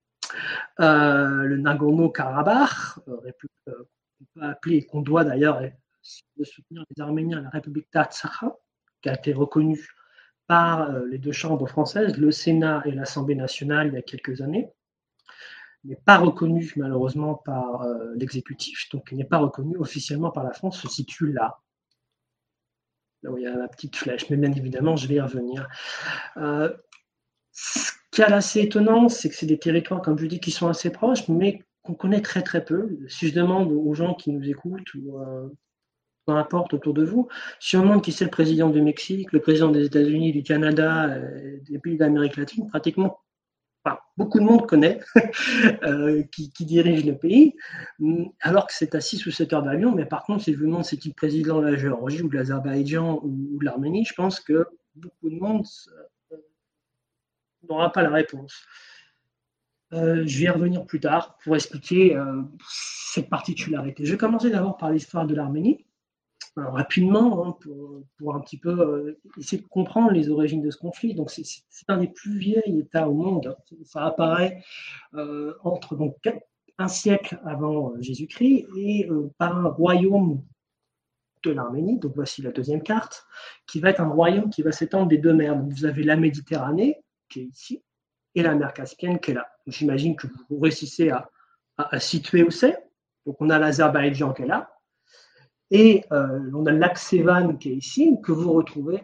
S6: Euh, le Nagorno-Karabakh, euh, euh, qu'on peut appeler, qu'on doit d'ailleurs de soutenir les Arméniens, la République d'Artsakh, qui a été reconnue par euh, les deux chambres françaises, le Sénat et l'Assemblée nationale, il y a quelques années, n'est pas reconnue malheureusement par euh, l'exécutif, donc il n'est pas reconnu officiellement par la France, se situe là, là où il y a la petite flèche, mais bien évidemment, je vais y revenir. Euh, ce qui est assez étonnant, c'est que c'est des territoires, comme je dis, qui sont assez proches, mais qu'on connaît très très peu. Si je demande aux gens qui nous écoutent, ou euh, peu importe autour de vous, si on demande qui c'est le président du Mexique, le président des États-Unis, du Canada, euh, des pays d'Amérique latine, pratiquement enfin, beaucoup de monde connaît euh, qui, qui dirige le pays, alors que c'est à six ou sept heures d'avion. Mais par contre, si je vous demande c'est qui le président de la Géorgie ou de l'Azerbaïdjan ou, ou de l'Arménie, je pense que beaucoup de monde euh, n'aura pas la réponse. Euh, je vais y revenir plus tard pour expliquer euh, cette particularité. Je vais commencer d'abord par l'histoire de l'Arménie. Alors, rapidement, hein, pour, pour un petit peu euh, essayer de comprendre les origines de ce conflit. Donc, c'est, c'est un des plus vieils États au monde. Ça apparaît euh, entre donc, un siècle avant euh, Jésus-Christ et euh, par un royaume de l'Arménie. Donc, voici la deuxième carte, qui va être un royaume qui va s'étendre des deux mers. Donc, vous avez la Méditerranée, qui est ici, et la mer Caspienne, qui est là. Donc, j'imagine que vous réussissez à, à, à situer où c'est. Donc, on a l'Azerbaïdjan qui est là. Et euh, on a le lac Sevan qui est ici, que vous retrouvez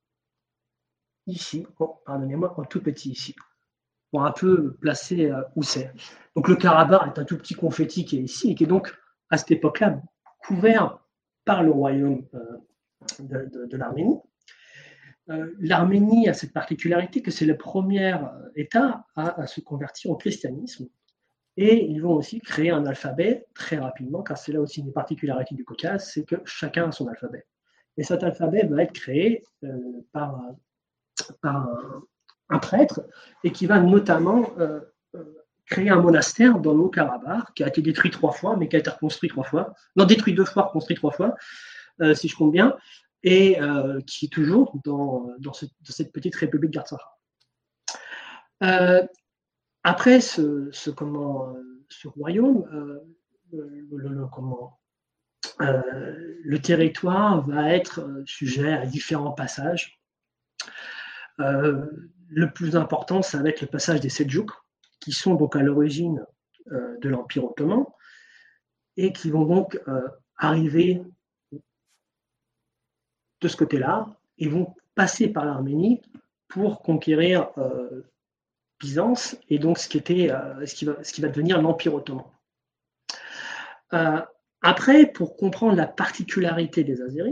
S6: ici, oh, pardonnez-moi, en tout petit ici, pour un peu placer euh, où c'est. Donc le Karabakh est un tout petit confetti qui est ici, et qui est donc, à cette époque-là, couvert par le royaume euh, de, de, de l'Arménie. Euh, L'Arménie a cette particularité que c'est le premier État à, à se convertir au christianisme. Et ils vont aussi créer un alphabet très rapidement, car c'est là aussi une particularité du Caucase, c'est que chacun a son alphabet. Et cet alphabet va être créé euh, par, par un, un prêtre, et qui va notamment euh, créer un monastère dans le Haut-Karabakh, qui a été détruit trois fois, mais qui a été reconstruit trois fois. Non, détruit deux fois, reconstruit trois fois, euh, si je compte bien, et euh, qui est toujours dans, dans, ce, dans cette petite république d'Artsakh. Euh, Après ce, ce, comment, ce royaume, euh, le, le, le, comment, euh, le territoire va être sujet à différents passages. Euh, le plus important, ça va être le passage des Seldjouks, qui sont donc à l'origine euh, de l'Empire ottoman et qui vont donc euh, arriver de ce côté-là et vont passer par l'Arménie pour conquérir euh, Byzance, et donc ce qui, était, euh, ce, qui va, ce qui va devenir l'Empire ottoman. Euh, Après, pour comprendre la particularité des Azéris,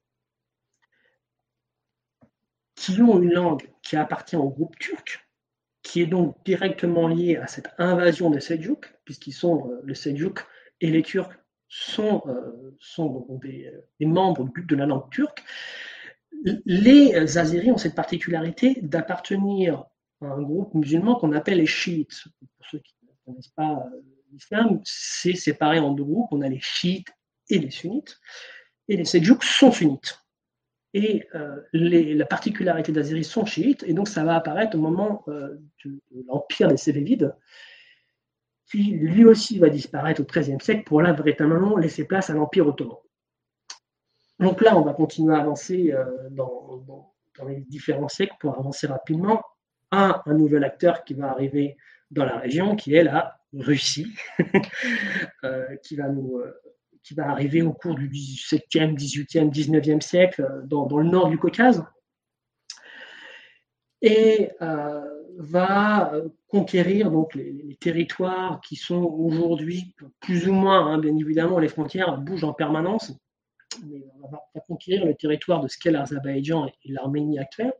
S6: qui ont une langue qui appartient au groupe turc, qui est donc directement liée à cette invasion des Seljouks, puisqu'ils sont euh, les Seljouks et les Turcs sont, euh, sont des, des membres de la langue turque. Les Azéris ont cette particularité d'appartenir à un groupe musulman qu'on appelle les chiites. Pour ceux qui ne connaissent pas l'islam, c'est séparé en deux groupes. On a les chiites et les sunnites. Et les Seljouks sont sunnites. Et euh, les, la particularité d'Azéris sont chiites, et donc ça va apparaître au moment euh, de, de l'empire des Sélévides, qui lui aussi va disparaître au treizième siècle pour là véritablement laisser place à l'Empire ottoman. Donc là, on va continuer à avancer euh, dans, dans, dans les différents siècles pour avancer rapidement à un nouvel acteur qui va arriver dans la région, qui est la Russie, euh, qui va nous... Euh, qui va arriver au cours du dix-septième, dix-huitième, dix-neuvième siècle dans, dans le nord du Caucase, et euh, va conquérir donc les, les territoires qui sont aujourd'hui plus ou moins, hein, bien évidemment, les frontières bougent en permanence, mais on va, va conquérir le territoire de ce qu'est l'Azerbaïdjan et, et l'Arménie actuelle.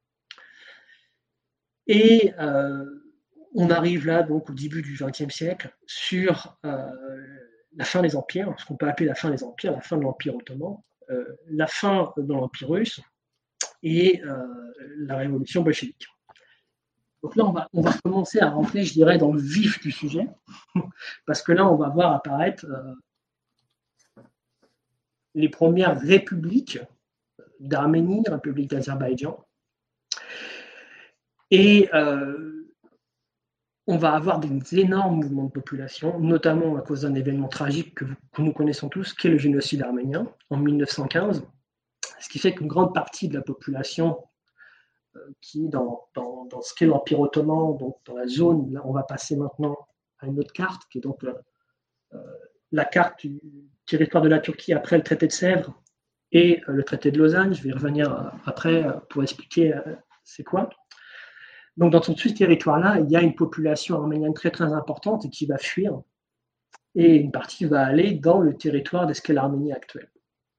S6: Et euh, on arrive là donc au début du vingtième siècle sur euh, la fin des empires, ce qu'on peut appeler la fin des empires, la fin de l'Empire ottoman, euh, la fin de l'Empire russe et euh, la révolution bolchevique. Donc là, on va, on va commencer à rentrer, je dirais, dans le vif du sujet, parce que là, on va voir apparaître euh, les premières républiques d'Arménie, République d'Azerbaïdjan, et euh, on va avoir des énormes mouvements de population, notamment à cause d'un événement tragique que, vous, que nous connaissons tous, qui est le génocide arménien en mille neuf cent quinze, ce qui fait qu'une grande partie de la population euh, qui, dans, dans, dans ce qu'est l'Empire ottoman, donc dans la zone, là on va passer maintenant à une autre carte, qui est donc euh, euh, la carte du territoire de la Turquie après le traité de Sèvres et euh, le traité de Lausanne. Je vais y revenir euh, après euh, pour expliquer euh, c'est quoi. Donc, dans tout ce territoire-là, il y a une population arménienne très, très importante et qui va fuir. Et une partie va aller dans le territoire de ce qu'est l'Arménie actuelle.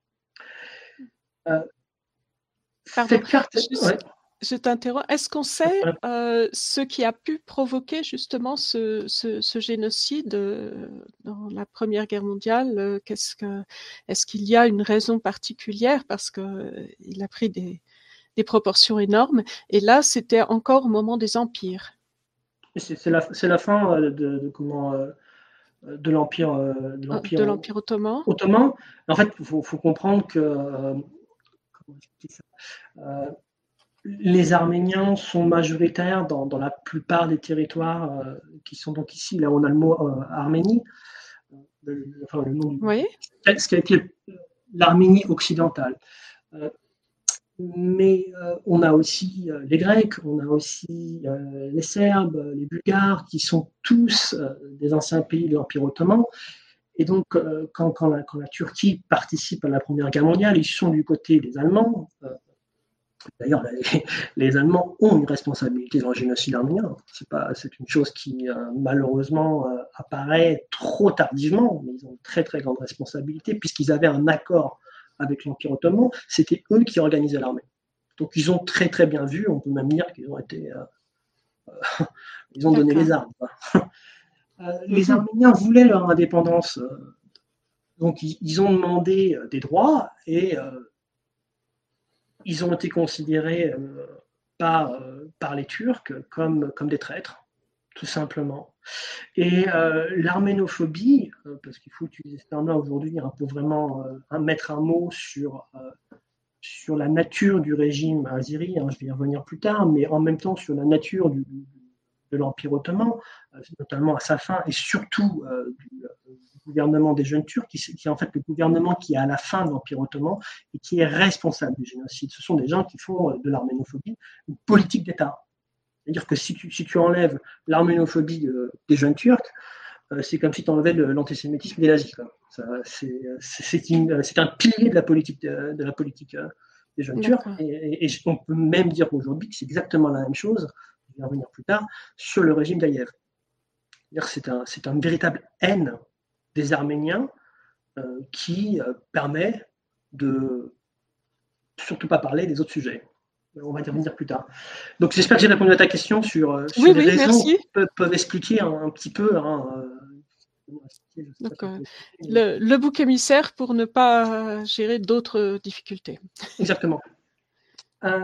S2: Euh, Pardon, cette carte, je, ouais. je t'interromps. Est-ce qu'on sait euh, ce qui a pu provoquer justement ce, ce, ce génocide euh, dans la Première Guerre mondiale? euh, qu'est-ce que, Est-ce qu'il y a une raison particulière? Parce qu'il euh, a pris des... des proportions énormes, et là, c'était encore au moment des empires.
S6: C'est la, la fin de, de, comment, de l'Empire de l'Empire
S2: de l'Empire ottoman.
S6: ottoman. En fait, il faut, faut comprendre que euh, comment ça euh, les Arméniens sont majoritaires dans, dans la plupart des territoires euh, qui sont donc ici, là on a le mot euh, Arménie, le, enfin, le nom du,
S2: oui.
S6: ce qui a été l'Arménie occidentale. Euh, Mais euh, on a aussi euh, les Grecs, on a aussi euh, les Serbes, les Bulgares, qui sont tous euh, des anciens pays de l'Empire ottoman. Et donc, euh, quand, quand, la, quand la Turquie participe à la Première Guerre mondiale, ils sont du côté des Allemands. Euh, D'ailleurs, les, les Allemands ont une responsabilité dans le génocide arménien. C'est pas, c'est une chose qui, euh, malheureusement, euh, apparaît trop tardivement, mais ils ont une très, très grande responsabilité, puisqu'ils avaient un accord avec l'Empire ottoman, c'était eux qui organisaient l'armée. Donc ils ont très très bien vu, on peut même dire qu'ils ont été, euh, euh, ils ont donné les armes. euh, les Arméniens voulaient leur indépendance, euh, donc ils, ils ont demandé euh, des droits et euh, ils ont été considérés euh, par, euh, par les Turcs comme, comme des traîtres, tout simplement. Et euh, l'arménophobie, euh, parce qu'il faut utiliser ce terme-là aujourd'hui hein, pour vraiment euh, mettre un mot sur, euh, sur la nature du régime azéri, hein, je vais y revenir plus tard, mais en même temps sur la nature du, de l'Empire ottoman, euh, notamment à sa fin, et surtout euh, du, du gouvernement des jeunes Turcs, qui, qui est en fait le gouvernement qui est à la fin de l'Empire ottoman et qui est responsable du génocide. Ce sont des gens qui font de l'arménophobie une politique d'État. C'est-à-dire que si tu, si tu enlèves l'arménophobie de, des jeunes Turcs, euh, c'est comme si tu enlevais le, l'antisémitisme des nazis. C'est, c'est, c'est un pilier de la politique, de, de la politique euh, des jeunes Turcs. Et, et, et on peut même dire aujourd'hui que c'est exactement la même chose, je vais y revenir plus tard, sur le régime d'Aliyev. C'est, un, c'est une véritable haine des Arméniens euh, qui euh, permet de surtout pas parler des autres sujets. On va y revenir plus tard. Donc j'espère que j'ai répondu à ta question sur, euh, sur
S2: Oui,
S6: les
S2: oui,
S6: raisons
S2: merci.
S6: qui peuvent, peuvent expliquer un, un petit peu. Hein, euh,
S2: Donc, euh, le, le bouc émissaire pour ne pas gérer d'autres difficultés.
S6: Exactement. Euh,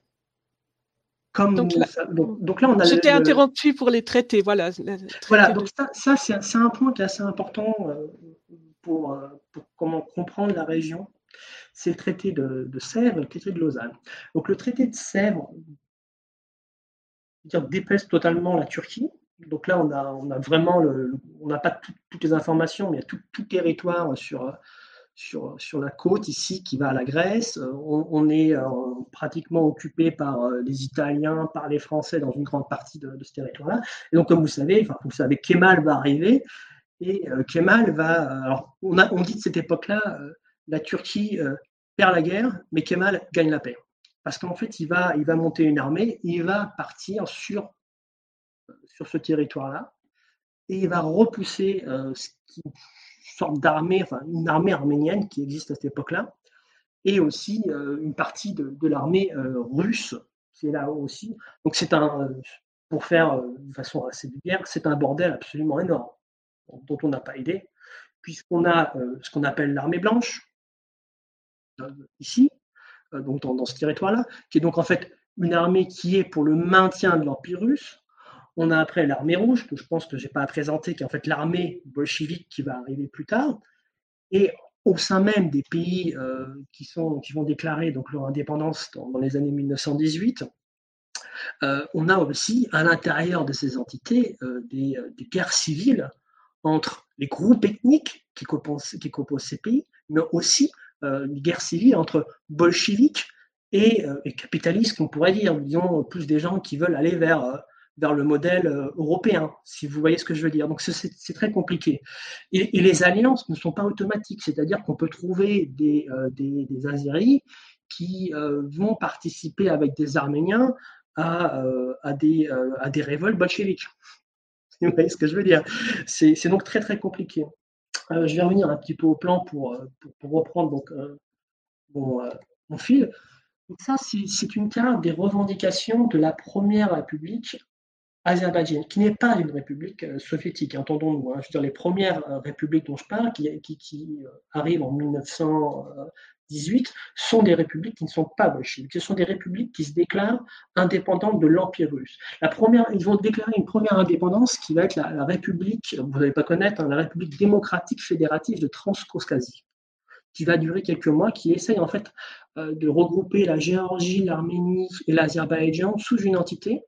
S6: comme
S2: donc, là,
S6: ça, donc, donc là, on a.
S2: Je t'ai
S6: le,
S2: interrompu pour les traités. Voilà. Traité
S6: voilà. Donc
S2: de...
S6: ça, ça c'est, c'est un point qui est assez important euh, pour, euh, pour comment comprendre la région. C'est le traité de, de Sèvres et le traité de Lausanne. Donc le traité de Sèvres dire, dépaisse totalement la Turquie. Donc là, on a, on a vraiment, le, on n'a pas tout, toutes les informations, mais il y a tout, tout territoire sur, sur, sur la côte ici qui va à la Grèce. On, on est euh, pratiquement occupé par euh, les Italiens, par les Français dans une grande partie de, de ce territoire-là. Et donc, comme vous savez, enfin, vous savez, Kemal va arriver. Et euh, Kemal va. Euh, alors, on, a, on dit de cette époque-là, euh, la Turquie euh, perd la guerre, mais Kemal gagne la paix. Parce qu'en fait, il va, il va monter une armée, il va partir sur, sur ce territoire-là, et il va repousser euh, ce qui, une sorte d'armée, enfin une armée arménienne qui existe à cette époque-là, et aussi euh, une partie de, de l'armée euh, russe qui est là aussi. Donc c'est un, pour faire euh, de façon assez vulgaire, c'est un bordel absolument énorme dont on n'a pas idée, puisqu'on a euh, ce qu'on appelle l'armée blanche euh, ici, donc dans, dans ce territoire-là, qui est donc en fait une armée qui est pour le maintien de l'Empire russe. On a après l'armée rouge, que je pense que je n'ai pas à présenter, qui est en fait l'armée bolchevique qui va arriver plus tard. Et au sein même des pays euh, qui, sont, qui vont déclarer donc, leur indépendance dans, dans les années mille neuf cent dix-huit, euh, on a aussi à l'intérieur de ces entités euh, des, des guerres civiles entre les groupes ethniques qui composent, qui composent ces pays, mais aussi euh, une guerre civile entre bolcheviques et, euh, et capitalistes, qu'on pourrait dire, disons, plus des gens qui veulent aller vers, euh, vers le modèle euh, européen, si vous voyez ce que je veux dire. Donc c'est, c'est très compliqué. Et, et les alliances ne sont pas automatiques, c'est-à-dire qu'on peut trouver des, euh, des, des Azéris qui euh, vont participer avec des Arméniens à, euh, à, des, euh, à des révoltes bolcheviques. Vous voyez ce que je veux dire. C'est, c'est donc très très compliqué. Euh, je vais revenir un petit peu au plan pour, pour, pour reprendre donc, euh, mon, euh, mon fil. Donc ça, c'est, c'est une carte des revendications de la première république azerbaïdjanaine, qui n'est pas une république euh, soviétique, entendons-nous. Hein. Je veux dire, les premières euh, républiques dont je parle, qui, qui, qui euh, arrivent en mille neuf cent dix-huit, sont des républiques qui ne sont pas bolcheviques. Ce sont des républiques qui se déclarent indépendantes de l'Empire russe. La première, ils vont déclarer une première indépendance qui va être la, la République, vous n'allez pas connaître, hein, la République démocratique fédérative de Transcaucasie, qui va durer quelques mois, qui essaye en fait euh, de regrouper la Géorgie, l'Arménie et l'Azerbaïdjan sous une entité,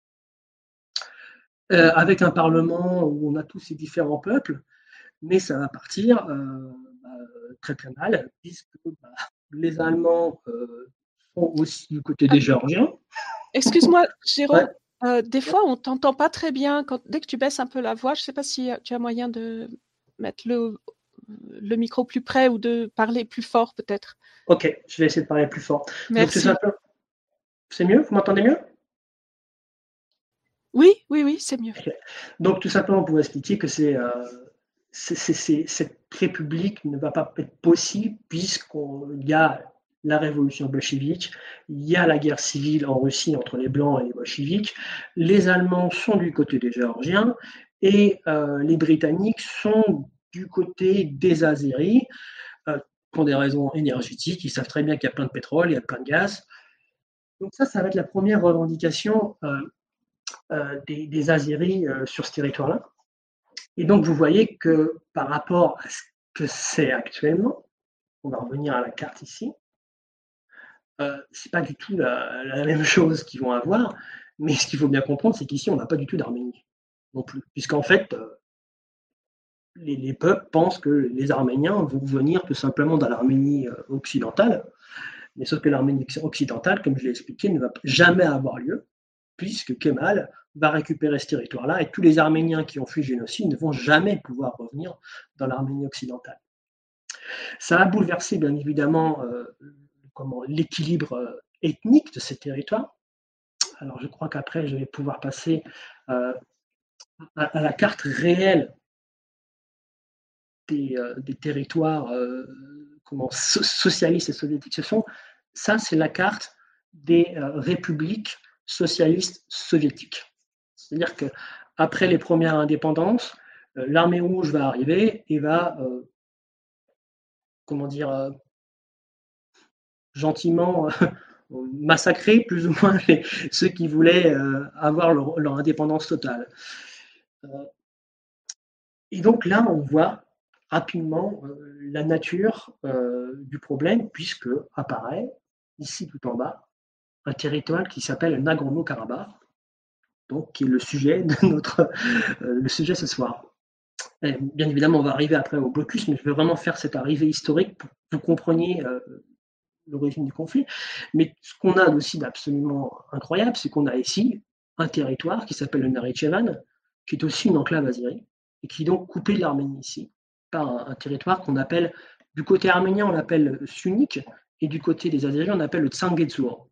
S6: euh, avec un parlement où on a tous ces différents peuples, mais ça va partir euh, bah, très très mal, puisque bah, les Allemands euh, sont aussi du côté des Géorgiens.
S2: Excuse-moi, Jérôme,
S6: Ouais.
S2: euh, des fois on ne t'entend pas très bien. Quand, dès que tu baisses un peu la voix, je ne sais pas si tu as moyen de mettre le, le micro plus près ou de parler plus fort peut-être.
S6: Ok, je vais essayer de parler plus fort.
S2: Merci.
S6: Donc, tout c'est mieux? Vous m'entendez mieux?
S2: Oui, oui, oui, c'est mieux.
S6: Okay. Donc tout simplement pour expliquer que c'est, euh, c'est, c'est, c'est, cette république ne va pas être possible puisqu'il y a la révolution bolchevique, il y a la guerre civile en Russie entre les Blancs et les bolcheviques, les Allemands sont du côté des Géorgiens et euh, les Britanniques sont du côté des Azéris euh, pour des raisons énergétiques. Ils savent très bien qu'il y a plein de pétrole, il y a plein de gaz. Donc ça, ça va être la première revendication euh, euh, des, des Azéris euh, sur ce territoire-là. Et donc vous voyez que par rapport à ce que c'est actuellement, on va revenir à la carte ici, euh, c'est pas du tout la, la même chose qu'ils vont avoir, mais ce qu'il faut bien comprendre, c'est qu'ici on n'a pas du tout d'Arménie non plus, puisqu'en fait euh, les, les peuples pensent que les Arméniens vont venir tout simplement dans l'Arménie euh, occidentale, mais sauf que l'Arménie occidentale, comme je l'ai expliqué, ne va jamais avoir lieu, puisque Kemal va récupérer ce territoire-là et tous les Arméniens qui ont fui le génocide ne vont jamais pouvoir revenir dans l'Arménie occidentale. Ça a bouleversé bien évidemment euh, comment, l'équilibre euh, ethnique de ces territoires. Alors je crois qu'après je vais pouvoir passer euh, à, à la carte réelle des, euh, des territoires euh, comment, so socialistes et soviétiques. Ce sont, ça, c'est la carte des euh, républiques socialistes soviétiques. C'est-à-dire qu'après les premières indépendances, euh, l'armée rouge va arriver et va, euh, comment dire, euh, gentiment euh, massacrer plus ou moins les, ceux qui voulaient euh, avoir leur, leur indépendance totale. Euh, et donc là, on voit rapidement euh, la nature euh, du problème, puisque apparaît, ici tout en bas, un territoire qui s'appelle Nagorno-Karabakh, donc qui est le sujet de notre euh, le sujet ce soir. Et bien évidemment, on va arriver après au blocus, mais je veux vraiment faire cette arrivée historique pour que vous compreniez euh, l'origine du conflit. Mais ce qu'on a aussi d'absolument incroyable, c'est qu'on a ici un territoire qui s'appelle le Nakhitchevan, qui est aussi une enclave azérie, et qui est donc coupé de l'Arménie ici, par un, un territoire qu'on appelle, du côté arménien, on l'appelle Sunik, et du côté des Azéris, on appelle le Tsangetsur.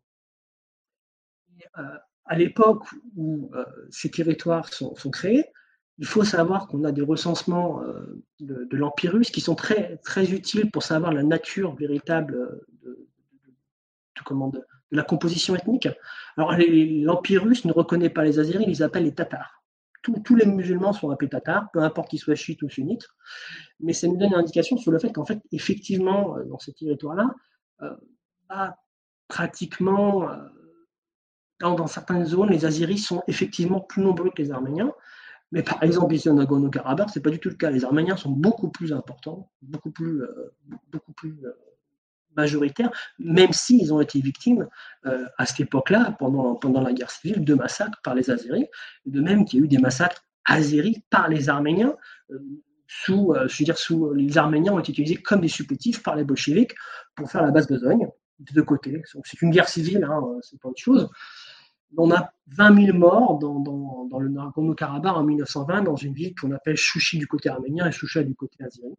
S6: Euh, à l'époque où euh, ces territoires sont, sont créés, il faut savoir qu'on a des recensements euh, de, de l'Empire russe qui sont très, très utiles pour savoir la nature véritable de, de, de, comment, de, de la composition ethnique. Alors, l'Empire russe ne reconnaît pas les Azéris, il les appelle les Tatars. Tous, tous les musulmans sont appelés Tatars, peu importe qu'ils soient chiites ou sunnites, mais ça nous donne une indication sur le fait qu'en fait, effectivement, dans ces territoires-là, euh, bah, pratiquement, euh, dans, dans certaines zones, les Azéris sont effectivement plus nombreux que les Arméniens. Mais par exemple, ici en Nagorno-Karabakh, ce n'est pas du tout le cas. Les Arméniens sont beaucoup plus importants, beaucoup plus, euh, beaucoup plus euh, majoritaires, même s'ils ont été victimes euh, à cette époque-là, pendant, pendant la guerre civile, de massacres par les Azéris, de même qu'il y a eu des massacres azéris par les Arméniens, euh, sous, euh, je veux dire, sous, les Arméniens ont été utilisés comme des supplétifs par les bolcheviks pour faire la basse besogne, de deux côtés. C'est une guerre civile, hein, c'est pas autre chose. On a vingt mille morts dans, dans, dans le Nagorno-Karabakh en mille neuf cent vingt, dans une ville qu'on appelle Chouchi du côté arménien et Choucha du côté azéri.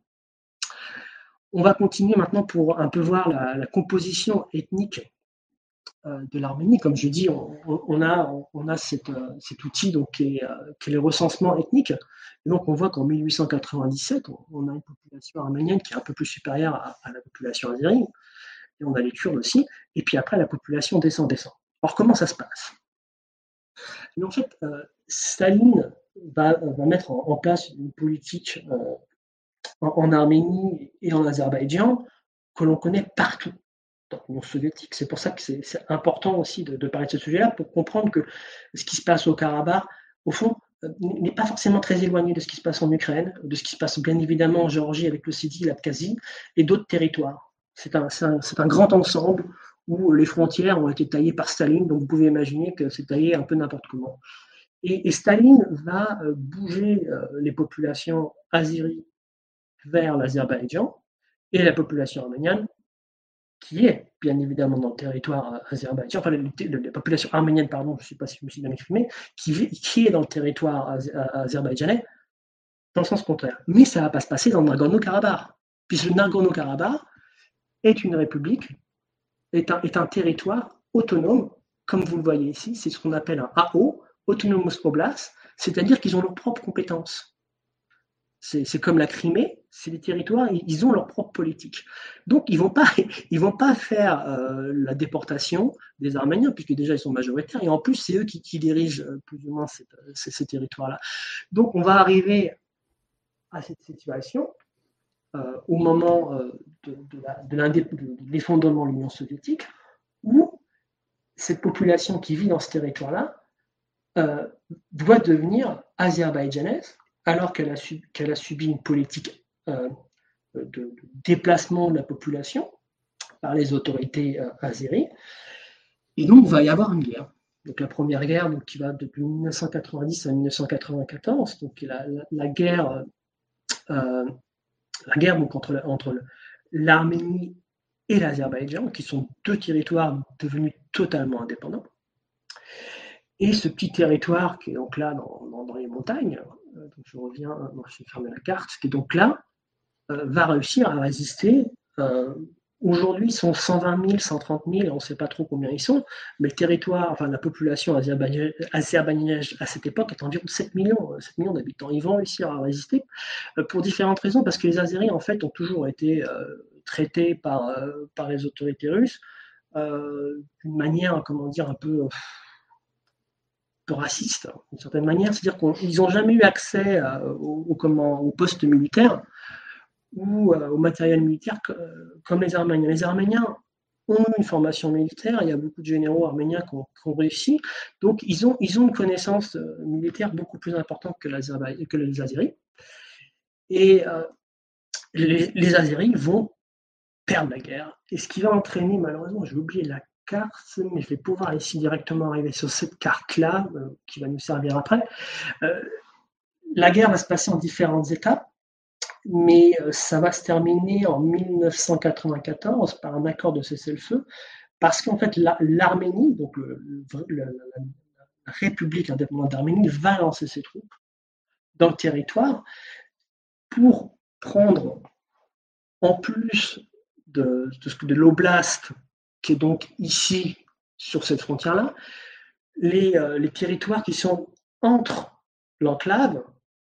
S6: On va continuer maintenant pour un peu voir la, la composition ethnique euh, de l'Arménie. Comme je dis, on, on a, on a cette, euh, cet outil donc, qui, est, euh, qui est le recensement ethnique. Et donc on voit qu'en mille huit cent quatre-vingt-dix-sept, on, on a une population arménienne qui est un peu plus supérieure à, à la population azéri. Et on a les Kurdes aussi. Et puis après, la population descend, descend. Alors comment ça se passe? Mais en fait, euh, Staline va, va mettre en, en place une politique euh, en, en Arménie et en Azerbaïdjan que l'on connaît partout dans l'Union soviétique. C'est pour ça que c'est important aussi de, de parler de ce sujet-là, pour comprendre que ce qui se passe au Karabakh, au fond, euh, n'est pas forcément très éloigné de ce qui se passe en Ukraine, de ce qui se passe bien évidemment en Géorgie avec l'Ossétie, l'Abkhazie et d'autres territoires. C'est un, un, un grand ensemble où les frontières ont été taillées par Staline, donc vous pouvez imaginer que c'est taillé un peu n'importe comment. Et, et Staline va euh, bouger euh, les populations azéries vers l'Azerbaïdjan et la population arménienne, qui est bien évidemment dans le territoire euh, azerbaïdjan, enfin la population arménienne, pardon, je ne sais pas si je me suis bien exprimé, qui, qui est dans le territoire az azerbaïdjanais, dans le sens contraire. Mais ça ne va pas se passer dans le Nagorno-Karabakh, puisque le Nagorno-Karabakh est une république, est un, est un territoire autonome, comme vous le voyez ici, c'est ce qu'on appelle un A O, Autonomous Oblast, c'est-à-dire qu'ils ont leurs propres compétences. C'est comme la Crimée, c'est des territoires, ils ont leur propre politique. Donc, ils ne vont, vont pas faire euh, la déportation des Arméniens, puisque déjà, ils sont majoritaires, et en plus, c'est eux qui, qui dirigent euh, plus ou moins cette, ces, ces territoires-là. Donc, on va arriver à cette situation euh, au moment euh, de, de l'effondrement de l'Union soviétique, où cette population qui vit dans ce territoire-là euh, doit devenir azerbaïdjanaise, alors qu'elle a, qu'elle a subi une politique euh, de, de déplacement de la population par les autorités euh, azéries. Et donc, il va y avoir une guerre. Donc, la première guerre, donc, qui va depuis mille neuf cent quatre-vingt-dix à mille neuf cent quatre-vingt-quatorze, donc la, la, la guerre, euh, la guerre donc, entre, entre l'Arménie et l'Azerbaïdjan, qui sont deux territoires devenus totalement indépendants. Et ce petit territoire qui est donc là dans, dans, dans les montagnes, euh, donc je reviens, non, je vais fermer la carte, qui est donc là, euh, va réussir à résister euh, aujourd'hui, ils sont cent vingt mille, cent trente mille, on ne sait pas trop combien ils sont, mais le territoire, enfin la population azerbaïdjanaise à cette époque est environ sept millions, sept millions d'habitants. Ils vont réussir à résister euh, pour différentes raisons, parce que les Azéris, en fait, ont toujours été euh, traités par, euh, par les autorités russes euh, d'une manière, comment dire, un peu, un peu raciste, d'une certaine manière. C'est-à-dire qu'ils n'ont jamais eu accès euh, au, au, comment, au poste militaire ou euh, au matériel militaire que, comme les Arméniens. Les Arméniens ont une formation militaire, il y a beaucoup de généraux arméniens qui ont, qui ont réussi, donc ils ont, ils ont une connaissance euh, militaire beaucoup plus importante que, que les Azéris. Et euh, les, les Azéris vont perdre la guerre. Et ce qui va entraîner, malheureusement, j'ai oublié la carte, mais je vais pouvoir ici directement arriver sur cette carte-là, euh, qui va nous servir après. Euh, la guerre va se passer en différentes étapes, mais euh, ça va se terminer en mille neuf cent quatre-vingt-quatorze par un accord de cessez-le-feu, parce qu'en fait, la, l'Arménie, donc le, le, le, la, la République indépendante d'Arménie, va lancer ses troupes dans le territoire pour prendre, en plus de, de, de l'oblast, qui est donc ici, sur cette frontière-là, les, euh, les territoires qui sont entre l'enclave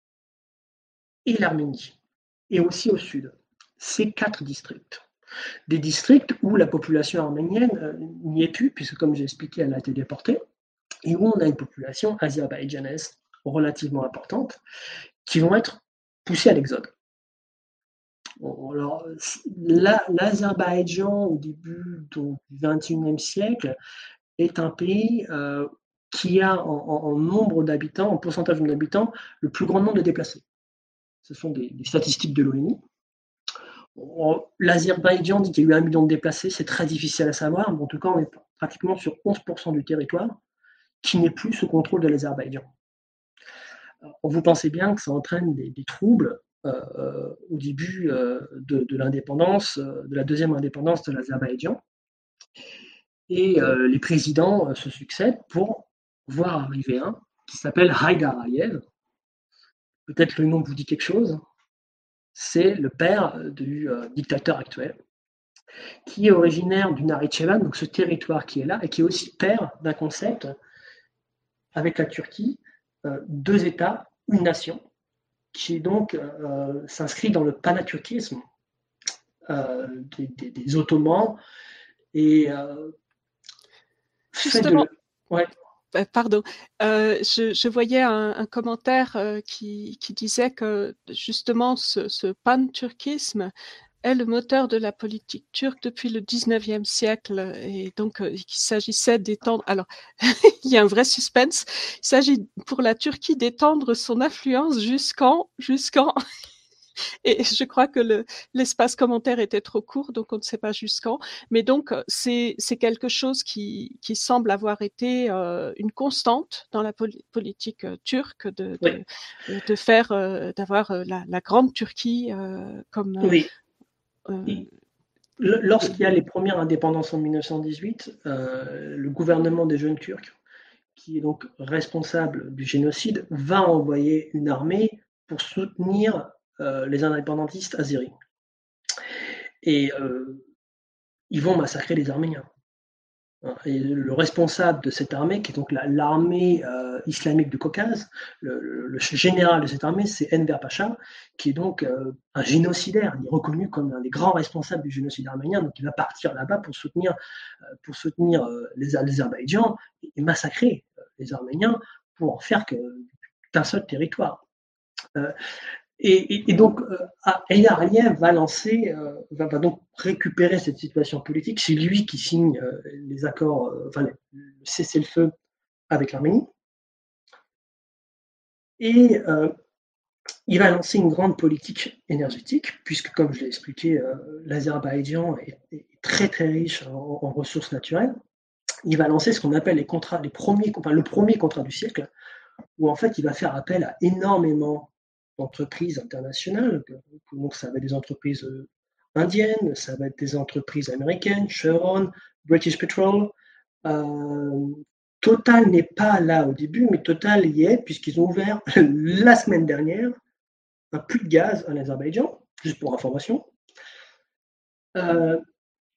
S6: et l'Arménie, et aussi au sud. C'est quatre districts. Des districts où la population arménienne euh, n'y est plus, puisque comme j'ai expliqué, elle a été déportée, et où on a une population azerbaïdjanaise relativement importante, qui vont être poussées à l'exode. Alors, l'Azerbaïdjan, au début du vingt et unième siècle, est un pays euh, qui a en, en nombre d'habitants, en pourcentage d'habitants, le plus grand nombre de déplacés. Ce sont des, des statistiques de l'ONU. L'Azerbaïdjan dit qu'il y a eu un million de déplacés, c'est très difficile à savoir, mais en tout cas, on est pratiquement sur onze pour cent du territoire qui n'est plus sous contrôle de l'Azerbaïdjan. Vous pensez bien que ça entraîne des, des troubles Euh, au début euh, de, de l'indépendance, euh, de la deuxième indépendance de l'Azerbaïdjan. Et euh, les présidents euh, se succèdent pour voir arriver un qui s'appelle Haïdar Aliyev. Peut-être le nom vous dit quelque chose. C'est le père du euh, dictateur actuel, qui est originaire du Nakhitchevan, donc ce territoire qui est là, et qui est aussi père d'un concept avec la Turquie, euh, deux États, une nation, qui donc euh, s'inscrit dans le panaturquisme euh, des, des, des Ottomans et euh,
S2: justement,
S6: de... ouais.
S2: Pardon, euh, je, je voyais un, un commentaire euh, qui, qui disait que justement ce, ce panturquisme est le moteur de la politique turque depuis le dix-neuvième siècle, et donc euh, qu'il s'agissait d'étendre. Alors, il y a un vrai suspense. Il s'agit pour la Turquie d'étendre son influence jusqu'en jusqu'en. Et je crois que le, l'espace commentaire était trop court, donc on ne sait pas jusqu'en. Mais donc, c'est, c'est quelque chose qui, qui semble avoir été euh, une constante dans la poli- politique euh, turque de, de, oui. de faire, euh, d'avoir euh, la, la grande Turquie euh, comme. Euh,
S6: oui. Euh, Lorsqu'il y a les premières indépendances en mille neuf cent dix-huit, euh, le gouvernement des jeunes Turcs, qui est donc responsable du génocide, va envoyer une armée pour soutenir Euh, les indépendantistes azéris. Et euh, ils vont massacrer les Arméniens. Et le responsable de cette armée, qui est donc la, l'armée euh, islamique du Caucase, le, le, le général de cette armée, c'est Enver Pacha, qui est donc euh, un génocidaire. Il est reconnu comme un des grands responsables du génocide arménien, donc il va partir là-bas pour soutenir, euh, pour soutenir euh, les, les Azerbaïdjans et massacrer euh, les Arméniens pour en faire que, qu'un seul territoire. Euh, Et, et, et donc, euh, Haïdar Aliyev va lancer, euh, va, va donc récupérer cette situation politique. C'est lui qui signe euh, les accords, euh, enfin, le cessez-le-feu avec l'Arménie. Et euh, il va lancer une grande politique énergétique, puisque, comme je l'ai expliqué, euh, l'Azerbaïdjan est, est très très riche en, en ressources naturelles. Il va lancer ce qu'on appelle les contrats, les premiers, enfin, le premier contrat du siècle, où en fait il va faire appel à énormément d'entreprises internationales. Donc ça va être des entreprises indiennes, ça va être des entreprises américaines, Chevron, British Petrol. Euh, Total n'est pas là au début, mais Total y est, puisqu'ils ont ouvert la semaine dernière un puits de gaz en Azerbaïdjan, juste pour information. Euh,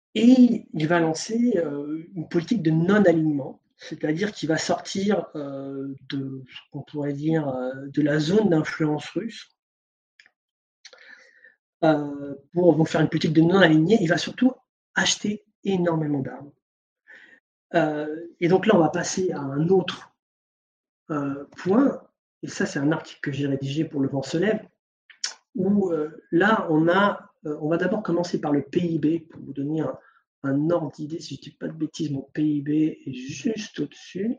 S6: Et il va lancer euh, une politique de non-alignement, c'est-à-dire qu'il va sortir euh, de ce qu'on pourrait dire euh, de la zone d'influence russe euh, pour donc, faire une politique de non-aligné. Il va surtout acheter énormément d'armes. Euh, et donc là, on va passer à un autre euh, point, et ça, c'est un article que j'ai rédigé pour Le Vent se lève, où euh, là, on a, euh, on va d'abord commencer par le P I B pour vous donner un, un ordre d'idée. Si je ne dis pas de bêtises, mon P I B est juste au-dessus.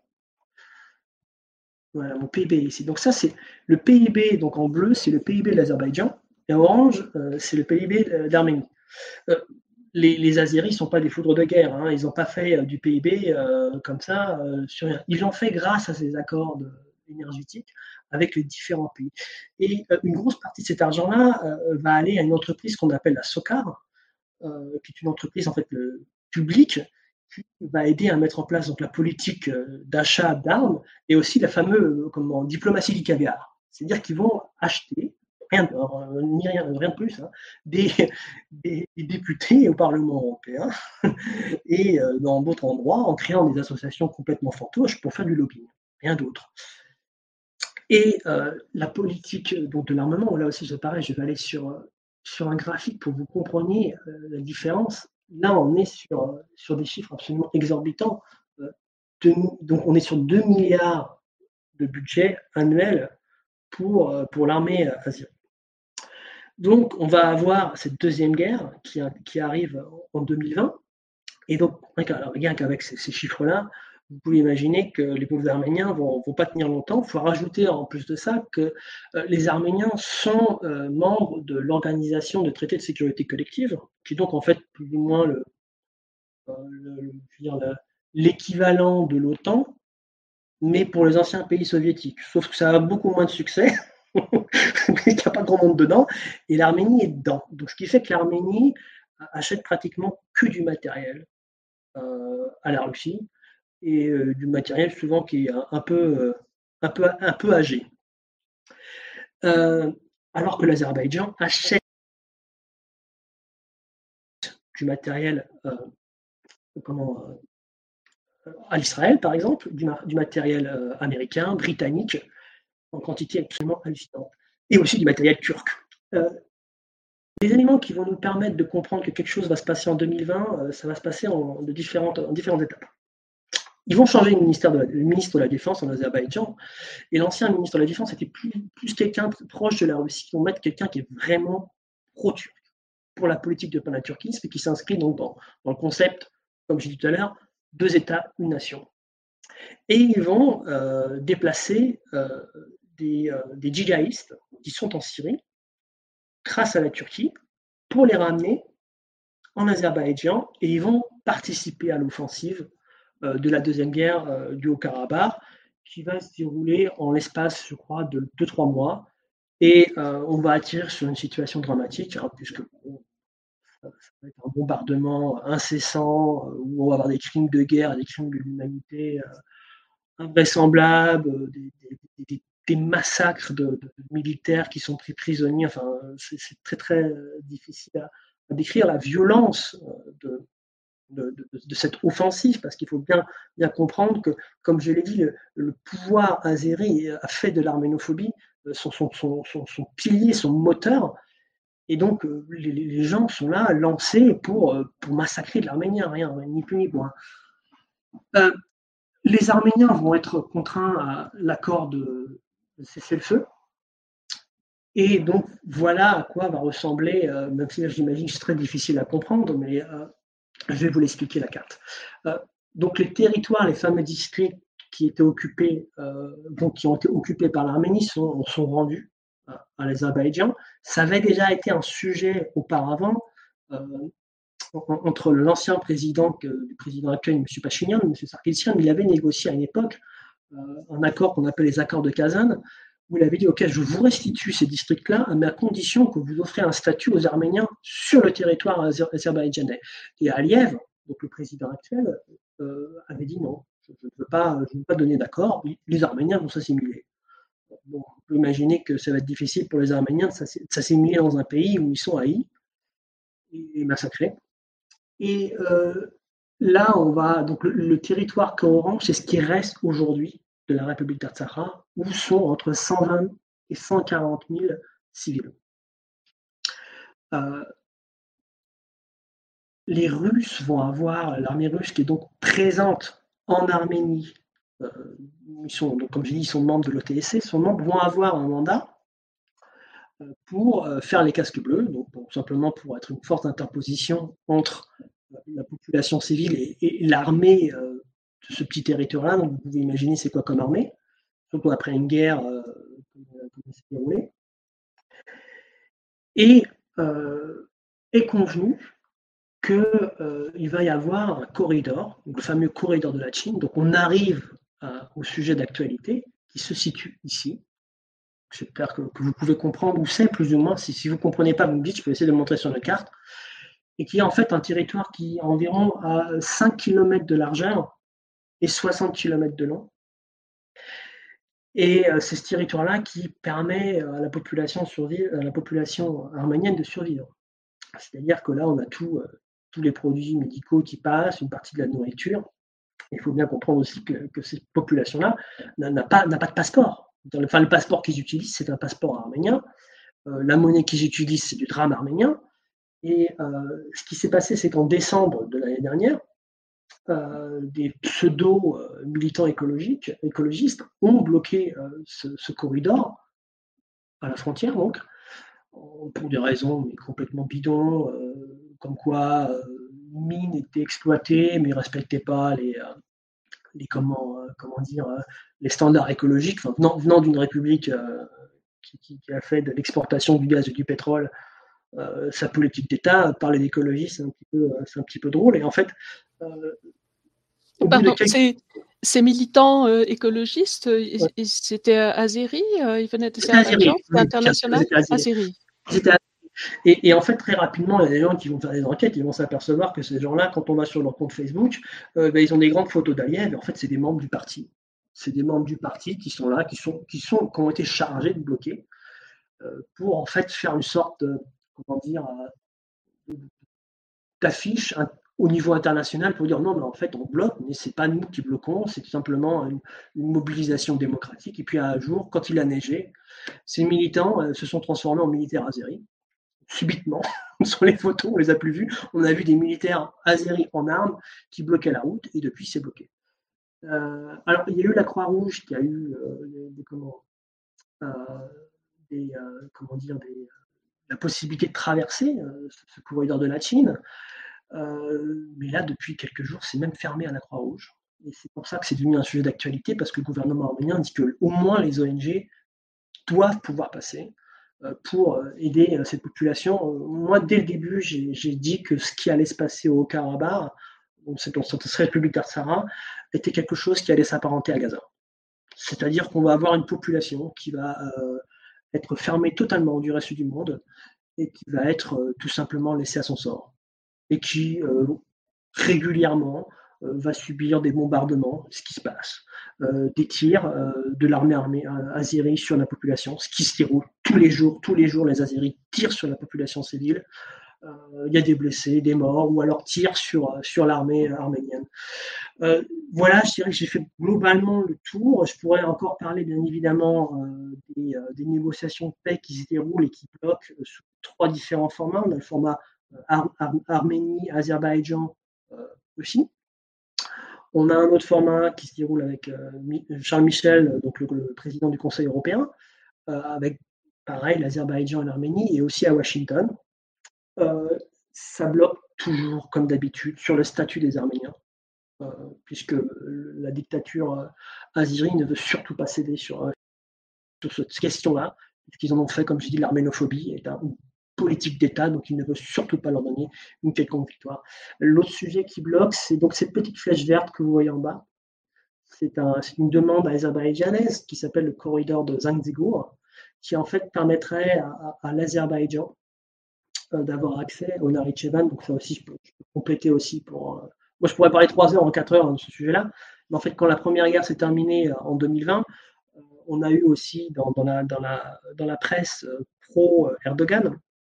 S6: Voilà, mon P I B est ici. Donc ça, c'est le P I B, donc en bleu, c'est le P I B de l'Azerbaïdjan, et en orange, euh, c'est le P I B d'Arménie. Euh, les, les Azéris ne sont pas des foudres de guerre, hein, ils n'ont pas fait euh, du P I B euh, comme ça euh, sur rien. Ils l'ont fait grâce à ces accords de, énergétiques avec les différents pays. Et euh, une grosse partie de cet argent-là euh, va aller à une entreprise qu'on appelle la SOCAR, euh, qui est une entreprise en fait euh, publique qui va aider à mettre en place donc, la politique euh, d'achat d'armes et aussi la fameuse euh, comment, diplomatie du caviar. C'est-à-dire qu'ils vont acheter rien, euh, ni rien, rien de plus, hein, des, des, des députés au Parlement européen et euh, dans d'autres endroits en créant des associations complètement fantoches pour faire du lobbying, rien d'autre. Et euh, la politique donc, de l'armement, là aussi c'est pareil, je vais aller sur, sur un graphique pour que vous compreniez euh, la différence. Là, on est sur, sur des chiffres absolument exorbitants. Euh, de, donc, on est sur deux milliards de budget annuel pour, pour l'armée azérienne. Donc, on va avoir cette deuxième guerre qui, qui arrive en deux mille vingt. Et donc, rien qu'avec ces, ces chiffres-là, vous pouvez imaginer que les pauvres Arméniens ne vont, vont pas tenir longtemps. Il faut rajouter en plus de ça que euh, les Arméniens sont euh, membres de l'Organisation de traité de sécurité collective, qui est donc en fait plus ou moins le, euh, le, je veux dire, le, l'équivalent de l'OTAN, mais pour les anciens pays soviétiques. Sauf que ça a beaucoup moins de succès. Il n'y a pas grand monde dedans, et l'Arménie est dedans. Donc, ce qui fait que l'Arménie achète pratiquement que du matériel euh, à la Russie, et euh, du matériel souvent qui est un, un, peu, euh, un, peu, un peu âgé. Euh, alors que l'Azerbaïdjan achète du matériel euh, comment, euh, à l'Israël, par exemple, du, du matériel euh, américain, britannique, en quantité absolument hallucinante, et aussi du matériel turc. Euh, les éléments qui vont nous permettre de comprendre que quelque chose va se passer en deux mille vingt, euh, ça va se passer en, de différentes, en différentes étapes. Ils vont changer le, ministère de la, le ministre de la Défense en Azerbaïdjan, et l'ancien ministre de la Défense était plus, plus quelqu'un proche de la Russie. Ils vont mettre quelqu'un qui est vraiment pro-turc pour la politique de panturquisme et qui s'inscrit donc dans, dans le concept, comme j'ai dit tout à l'heure, deux États, une nation. Et ils vont euh, déplacer euh, des, euh, des djihadistes qui sont en Syrie, grâce à la Turquie, pour les ramener en Azerbaïdjan, et ils vont participer à l'offensive euh, de la deuxième guerre euh, du Haut-Karabakh, qui va se dérouler en l'espace, je crois, de deux trois mois, et euh, on va atterrir sur une situation dramatique, hein, puisque bon, ça va être un bombardement incessant, euh, où on va avoir des crimes de guerre, des crimes de l'humanité euh, invraisemblables, des, des, des, des massacres de, de, de militaires qui sont pris prisonniers. Enfin, c'est, c'est très très difficile à, à décrire la violence de, de, de, de cette offensive, parce qu'il faut bien, bien comprendre que, comme je l'ai dit, le, le pouvoir azéri a fait de l'arménophobie son, son, son, son, son pilier, son moteur. Et donc, les, les gens sont là, lancés pour, pour massacrer de l'Arménien, rien, ni plus ni moins. Euh, les Arméniens vont être contraints à l'accord de, de cessez-le-feu. Et donc, voilà à quoi va ressembler, euh, même si j'imagine que c'est très difficile à comprendre, mais euh, je vais vous l'expliquer la carte. Euh, donc, les territoires, les fameux districts qui étaient occupés, euh, donc qui ont été occupés par l'Arménie sont, sont rendus à l'Azerbaïdjan. Ça avait déjà été un sujet auparavant euh, entre l'ancien président, le président actuel, M. Pachinian, M. Sarkisian. Il avait négocié à une époque euh, un accord qu'on appelle les accords de Kazan, où il avait dit, OK, je vous restitue ces districts-là, mais à condition que vous offrez un statut aux Arméniens sur le territoire azerbaïdjanais. Et Aliyev, donc le président actuel, euh, avait dit non, je ne veux pas, je veux pas donner d'accord, les Arméniens vont s'assimiler. Bon, on peut imaginer que ça va être difficile pour les Arméniens de s'assimiler dans un pays où ils sont haïs et massacrés. Et euh, là, on va donc le, le territoire qu'orange, c'est ce qui reste aujourd'hui de la République d'Artsakha, où sont entre cent vingt et cent quarante mille civils. Euh, les Russes vont avoir, l'armée russe qui est donc présente en Arménie, euh, ils sont, donc, comme je dis, ils sont membres de l'O T S C, sont membres, vont avoir un mandat pour faire les casques bleus, donc pour, simplement pour être une forte interposition entre la population civile et, et l'armée euh, de ce petit territoire-là. Donc vous pouvez imaginer c'est quoi comme armée, surtout après une guerre euh, qui s'est déroulée. Et euh, est convenu qu'il euh, va y avoir un corridor, le fameux corridor de la Chine. Donc on arrive à, au sujet d'actualité qui se situe ici. J'espère que, que vous pouvez comprendre où c'est plus ou moins. Si, si vous ne comprenez pas, vous me dites, je peux essayer de le montrer sur la carte. Et qui est en fait un territoire qui est environ à cinq kilomètres de largeur et soixante kilomètres de long. Et euh, c'est ce territoire-là qui permet à la population, survivre, à la population arménienne de survivre. C'est-à-dire que là, on a tout, euh, tous les produits médicaux qui passent, une partie de la nourriture. Il faut bien comprendre aussi que, que cette population-là n'a, n'a, pas, n'a pas de passeport. Enfin, le passeport qu'ils utilisent, c'est un passeport arménien. Euh, la monnaie qu'ils utilisent, c'est du drame arménien. Et euh, ce qui s'est passé, c'est qu'en décembre de l'année dernière, euh, des pseudo-militants écologiques, écologistes ont bloqué euh, ce, ce corridor à la frontière, donc, pour des raisons mais complètement bidons, euh, comme quoi euh, mines étaient exploitées, mais ne respectaient pas les... Euh, les comment, euh, comment dire, euh, les standards écologiques, enfin, venant, venant d'une république euh, qui, qui, qui a fait de l'exportation du gaz et du pétrole euh, sa politique d'État, parler d'écologie, c'est un petit peu, c'est un petit peu drôle. Et en fait, euh,
S2: Pardon, quelques... ces, ces militants euh, écologistes, ouais. C'était Azeri, euh, ils venaient d'Azerbaïdjan, c'était international, Azeri.
S6: Et, et en fait, très rapidement, il y a des gens qui vont faire des enquêtes, ils vont s'apercevoir que ces gens-là, quand on va sur leur compte Facebook, euh, ben, ils ont des grandes photos d'Aliyev, et en fait, c'est des membres du parti. C'est des membres du parti qui sont là, qui, sont, qui, sont, qui ont été chargés de bloquer euh, pour en fait faire une sorte, de, comment dire, euh, d'affiche au niveau international pour dire non, mais en fait, on bloque, mais c'est pas nous qui bloquons, c'est tout simplement une, une mobilisation démocratique. Et puis un jour, quand il a neigé, ces militants euh, se sont transformés en militaires azéris. Subitement, sur les photos, on les a plus vus, on a vu des militaires azéris en armes qui bloquaient la route, et depuis, c'est bloqué. Euh, alors, il y a eu la Croix-Rouge qui a eu euh, des, des, comment, euh, des, euh, comment dire, des, la possibilité de traverser euh, ce corridor de la Chine, euh, mais là, depuis quelques jours, c'est même fermé à la Croix-Rouge, et c'est pour ça que c'est devenu un sujet d'actualité, parce que le gouvernement arménien dit qu'au moins les O N G doivent pouvoir passer pour aider cette population. Moi, dès le début, j'ai, j'ai dit que ce qui allait se passer au Haut-Karabakh, donc cette, cette République d'Artsakha, était quelque chose qui allait s'apparenter à Gaza. C'est-à-dire qu'on va avoir une population qui va euh, être fermée totalement du reste du monde et qui va être euh, tout simplement laissée à son sort. Et qui, euh, régulièrement, euh, va subir des bombardements, ce qui se passe. Euh, des tirs euh, de l'armée armée euh, azérie sur la population, ce qui se déroule tous les jours. Tous les jours, les Azéris tirent sur la population civile. Il euh, y a des blessés, des morts, ou alors tirent sur, sur l'armée arménienne. Euh, voilà, je dirais que j'ai fait globalement le tour. Je pourrais encore parler, bien évidemment, euh, des, euh, des négociations de paix qui se déroulent et qui bloquent euh, sous trois différents formats. On a le format euh, Ar- Ar- Arménie, Azerbaïdjan euh, aussi. On a un autre format qui se déroule avec euh, Charles Michel, donc le, le président du Conseil européen, euh, avec pareil l'Azerbaïdjan et l'Arménie, et aussi à Washington. Euh, ça bloque toujours, comme d'habitude, sur le statut des Arméniens, euh, puisque la dictature euh, azérie ne veut surtout pas céder sur, euh, sur cette question-là, puisqu'ils en ont fait, comme je dis, l'arménophobie est un politique d'État, donc il ne veut surtout pas leur donner une quelconque victoire. L'autre sujet qui bloque, c'est donc cette petite flèche verte que vous voyez en bas. C'est, un, c'est une demande azerbaïdjanaise qui s'appelle le corridor de Zangezur, qui en fait permettrait à, à, à l'Azerbaïdjan euh, d'avoir accès au Nakhitchevan. Donc ça aussi, je peux, je peux compléter aussi pour... Euh, moi, je pourrais parler trois heures en quatre heures de ce sujet-là, mais en fait, quand la première guerre s'est terminée en deux mille vingt, euh, on a eu aussi dans, dans, la, dans, la, dans la presse euh, pro-Erdogan,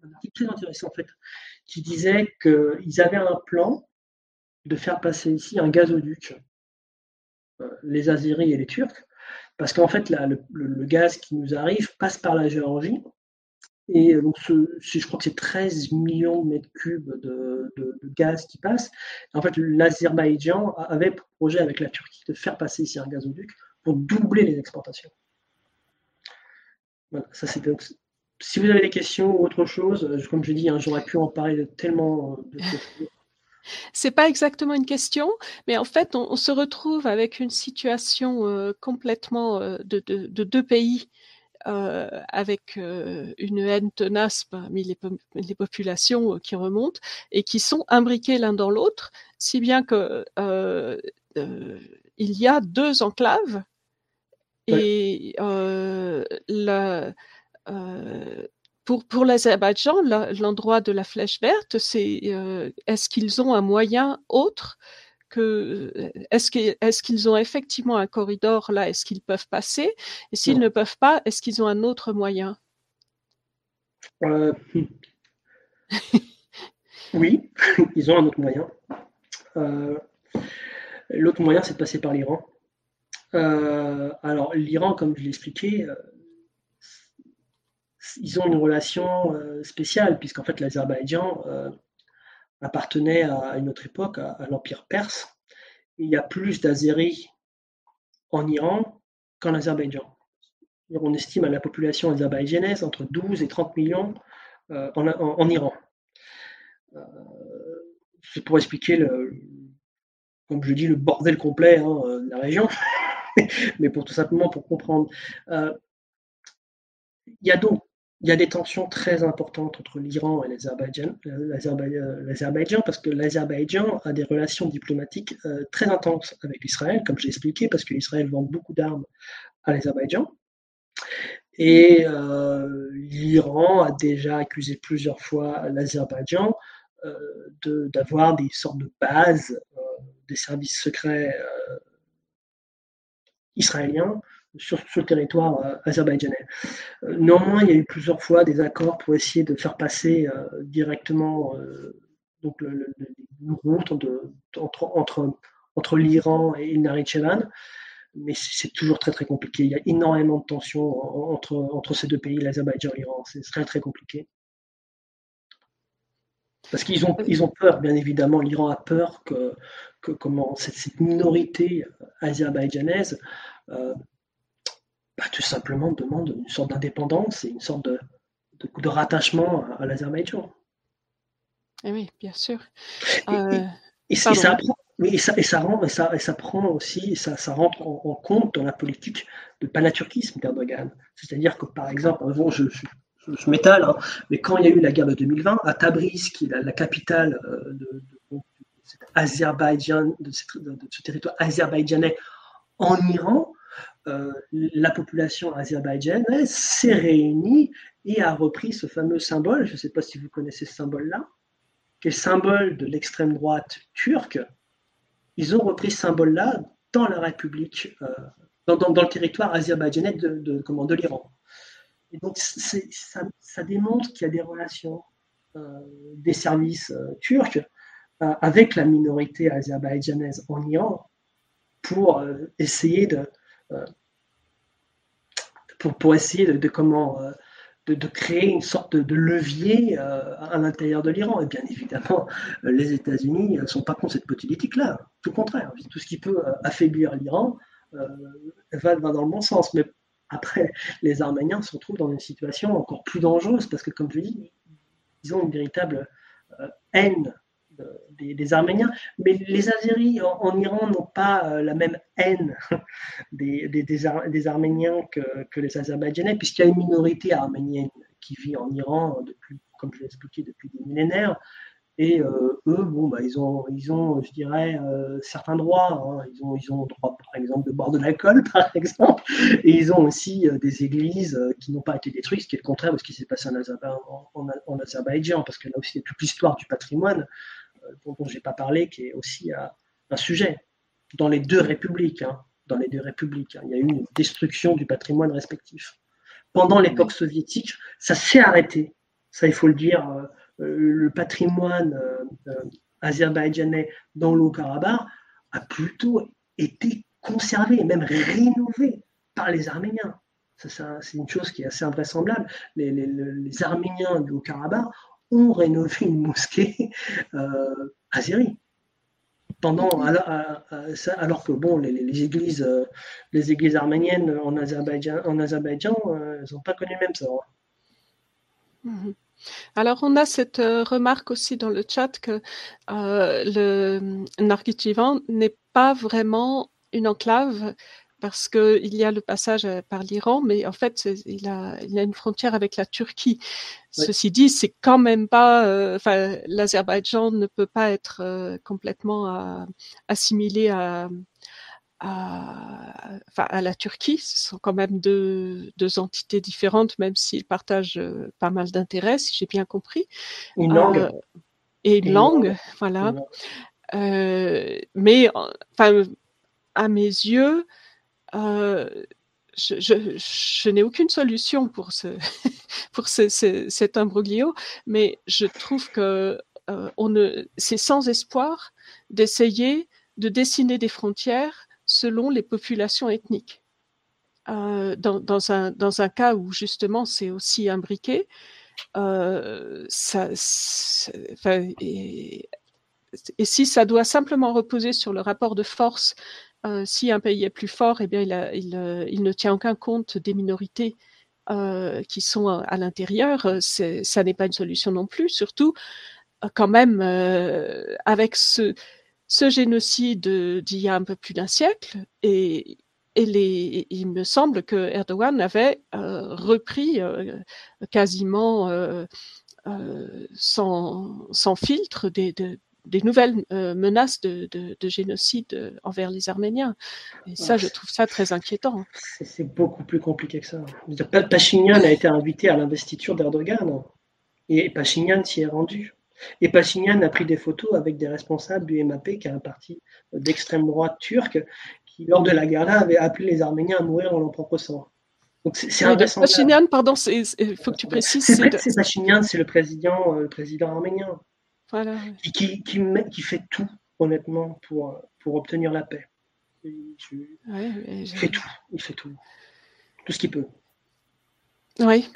S6: un article très intéressant en fait, qui disait qu'ils avaient un plan de faire passer ici un gazoduc, euh, les Azéris et les Turcs, parce qu'en fait là, le, le, le gaz qui nous arrive passe par la Géorgie, et donc ce, je crois que c'est treize millions de mètres cubes de, de, de gaz qui passe. Et en fait, l'Azerbaïdjan avait pour projet avec la Turquie de faire passer ici un gazoduc pour doubler les exportations. Voilà, ça c'est donc. Si vous avez des questions ou autre chose, comme je dis, hein, j'aurais pu en parler de tellement de choses.
S2: C'est pas exactement une question, mais en fait, on, on se retrouve avec une situation euh, complètement euh, de, de, de deux pays euh, avec euh, une haine tenace parmi les, les populations qui remontent et qui sont imbriquées l'un dans l'autre, si bien que euh, euh, il y a deux enclaves et euh, la Euh, pour, pour l'Azerbaïdjan, l'endroit de la flèche verte, c'est euh, est-ce qu'ils ont un moyen autre que est-ce qu'ils, est-ce qu'ils ont effectivement un corridor là, est-ce qu'ils peuvent passer? Et s'ils non. ne peuvent pas, est-ce qu'ils ont un autre moyen?
S6: euh, Oui, ils ont un autre moyen. Euh, l'autre moyen, c'est de passer par l'Iran. Euh, alors, l'Iran, comme je l'ai expliqué, euh, ils ont une relation euh, spéciale, puisqu'en fait l'Azerbaïdjan euh, appartenait à une autre époque, à, à l'Empire perse. Et il y a plus d'Azéris en Iran qu'en Azerbaïdjan. On estime à la population azerbaïdjanaise entre douze et trente millions euh, en, en, en Iran. Euh, c'est pour expliquer, le, comme je dis, le bordel complet hein, de la région, mais pour tout simplement pour comprendre. Euh, il y a donc Il y a des tensions très importantes entre l'Iran et l'Azerbaïdjan, l'Azerbaïdjan parce que l'Azerbaïdjan a des relations diplomatiques euh, très intenses avec l'Israël, comme j'ai expliqué, parce que l'Israël vend beaucoup d'armes à l'Azerbaïdjan. Et euh, l'Iran a déjà accusé plusieurs fois l'Azerbaïdjan euh, de, d'avoir des sortes de bases euh, des services secrets euh, israéliens Sur, sur le territoire euh, azerbaïdjanais. Euh, néanmoins, il y a eu plusieurs fois des accords pour essayer de faire passer euh, directement euh, donc le, le, le route de, entre, entre, entre l'Iran et le Nakhitchevan, mais c'est toujours très très compliqué. Il y a énormément de tensions entre, entre ces deux pays, l'Azerbaïdjan et l'Iran. C'est très très compliqué. Parce qu'ils ont, ils ont peur, bien évidemment, l'Iran a peur que, que comment, cette, cette minorité azerbaïdjanaise euh, bah, tout simplement demande une sorte d'indépendance et une sorte de, de, de rattachement à, à l'Azerbaïdjan.
S2: Et oui, bien sûr.
S6: Euh, et, et, et, ça prend, oui, et, ça, et, ça rend, et, ça, et ça prend aussi, ça, ça rentre en, en compte dans la politique de panaturquisme d'Erdogan. C'est-à-dire que, par exemple, bon, je, je, je, je m'étale, hein, mais quand il y a eu la guerre de deux mille vingt, à Tabriz, qui est la, la capitale euh, de, de, de, cet Azerbaïdjan, de, cette, de, de ce territoire azerbaïdjanais en Iran, Euh, la population azerbaïdjanaise s'est réunie et a repris ce fameux symbole, je ne sais pas si vous connaissez ce symbole-là, qui est le symbole de l'extrême droite turque. Ils ont repris ce symbole-là dans la République, euh, dans, dans, dans le territoire azerbaïdjanais de, de, de, de l'Iran. Et donc c'est, ça, ça démontre qu'il y a des relations euh, des services euh, turcs euh, avec la minorité azerbaïdjanaise en Iran pour euh, essayer de Euh, pour, pour essayer de, de comment euh, de, de créer une sorte de, de levier euh, à l'intérieur de l'Iran. Et bien évidemment, euh, les États-Unis ne sont pas contre cette politique-là. Tout le contraire. Tout ce qui peut euh, affaiblir l'Iran euh, va, va dans le bon sens. Mais après, les Arméniens se retrouvent dans une situation encore plus dangereuse parce que, comme je dis, ils ont une véritable euh, haine Des, des Arméniens, mais les Azéris en, en Iran n'ont pas euh, la même haine des, des, des, Ar des Arméniens que, que les Azerbaïdjanais, puisqu'il y a une minorité arménienne qui vit en Iran depuis, comme je l'ai expliqué, depuis des millénaires. Et euh, eux, bon, bah, ils ont, ils ont, je dirais, euh, certains droits. Hein. Ils ont, ils ont droit, par exemple, de boire de l'alcool, par exemple. Et ils ont aussi euh, des églises euh, qui n'ont pas été détruites, ce qui est le contraire de ce qui s'est passé en, Azerba en, en, en Azerbaïdjan, parce que là aussi, il y a toute l'histoire du patrimoine dont, dont je n'ai pas parlé, qui est aussi un, un sujet dans les deux républiques. Hein, dans les deux républiques, hein, il y a eu une destruction du patrimoine respectif. Pendant l'époque soviétique, ça s'est arrêté. ça il faut le dire, euh, le patrimoine euh, euh, azerbaïdjanais dans le Haut-Karabakh a plutôt été conservé, même rénové par les Arméniens. Ça, ça, c'est une chose qui est assez invraisemblable. Les, les, les Arméniens du Haut-Karabakh ont rénové une mosquée euh, azérie. Pendant, alors que bon, les, les, églises, les églises arméniennes en Azerbaïdjan, en Azerbaïdjan, elles n'ont pas connu le même sort.
S2: Mmh. Alors, on a cette euh, remarque aussi dans le chat que euh, le Nargitchivan n'est pas vraiment une enclave parce qu'il y a le passage par l'Iran, mais en fait, il a, il a une frontière avec la Turquie. Oui. Ceci dit, c'est quand même pas... Enfin, euh, l'Azerbaïdjan ne peut pas être euh, complètement à, assimilé à... À, enfin, à la Turquie. Ce sont quand même deux, deux entités différentes, même s'ils partagent euh, pas mal d'intérêts, si j'ai bien compris.
S6: Une langue.
S2: Euh, et une, une langue, langue, voilà. Une langue. Euh, mais, enfin, à mes yeux, euh, je, je, je n'ai aucune solution pour, ce, pour ce, ce, cet imbroglio, mais je trouve que euh, on ne, c'est sans espoir d'essayer de dessiner des frontières selon les populations ethniques. Euh, dans, dans, un, dans un cas où justement c'est aussi imbriqué, euh, ça, enfin, et, et si ça doit simplement reposer sur le rapport de force, euh, si un pays est plus fort, eh bien il, a, il, il ne tient aucun compte des minorités euh, qui sont à, à l'intérieur. C'est, ça n'est pas une solution non plus, surtout quand même euh, avec ce ce génocide d'il y a un peu plus d'un siècle, et, et les, il me semble que Erdogan avait euh, repris euh, quasiment euh, euh, sans, sans filtre des, de, des nouvelles euh, menaces de, de, de génocide envers les Arméniens. Et ça, je trouve ça très inquiétant.
S6: C'est, c'est beaucoup plus compliqué que ça. Pachinian a été invité à l'investiture d'Erdogan, et Pachinian s'y est rendu. Et Pachinian a pris des photos avec des responsables du M A P, qui est un parti d'extrême droite turque, qui, lors de la guerre là, avait appelé les Arméniens à mourir en leur propre sang. Donc c'est, c'est
S2: oui, Pachinian, pardon, il faut que tu précises.
S6: C'est, c'est, c'est Pachinian, c'est le président, le président arménien.
S2: Voilà.
S6: Qui, qui, qui, qui fait tout, honnêtement, pour, pour obtenir la paix. Il, ouais, il fait tout, il fait tout. Tout ce qu'il peut.
S2: Oui.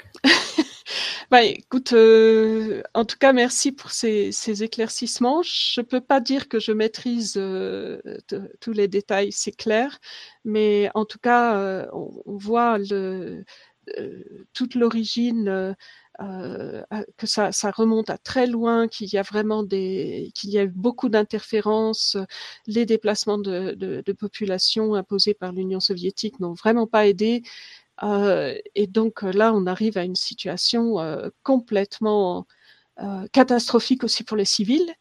S2: Bah, écoute, euh, en tout cas, merci pour ces, ces éclaircissements. Je peux pas dire que je maîtrise euh, de, tous les détails, c'est clair, mais en tout cas, euh, on, on voit le, euh, toute l'origine, euh, euh, que ça, ça remonte à très loin, qu'il y a vraiment des, qu'il y a eu beaucoup d'interférences. Les déplacements de, de, de population imposés par l'Union soviétique n'ont vraiment pas aidé. Euh, et donc là, on arrive à une situation euh, complètement euh, catastrophique aussi pour les civils.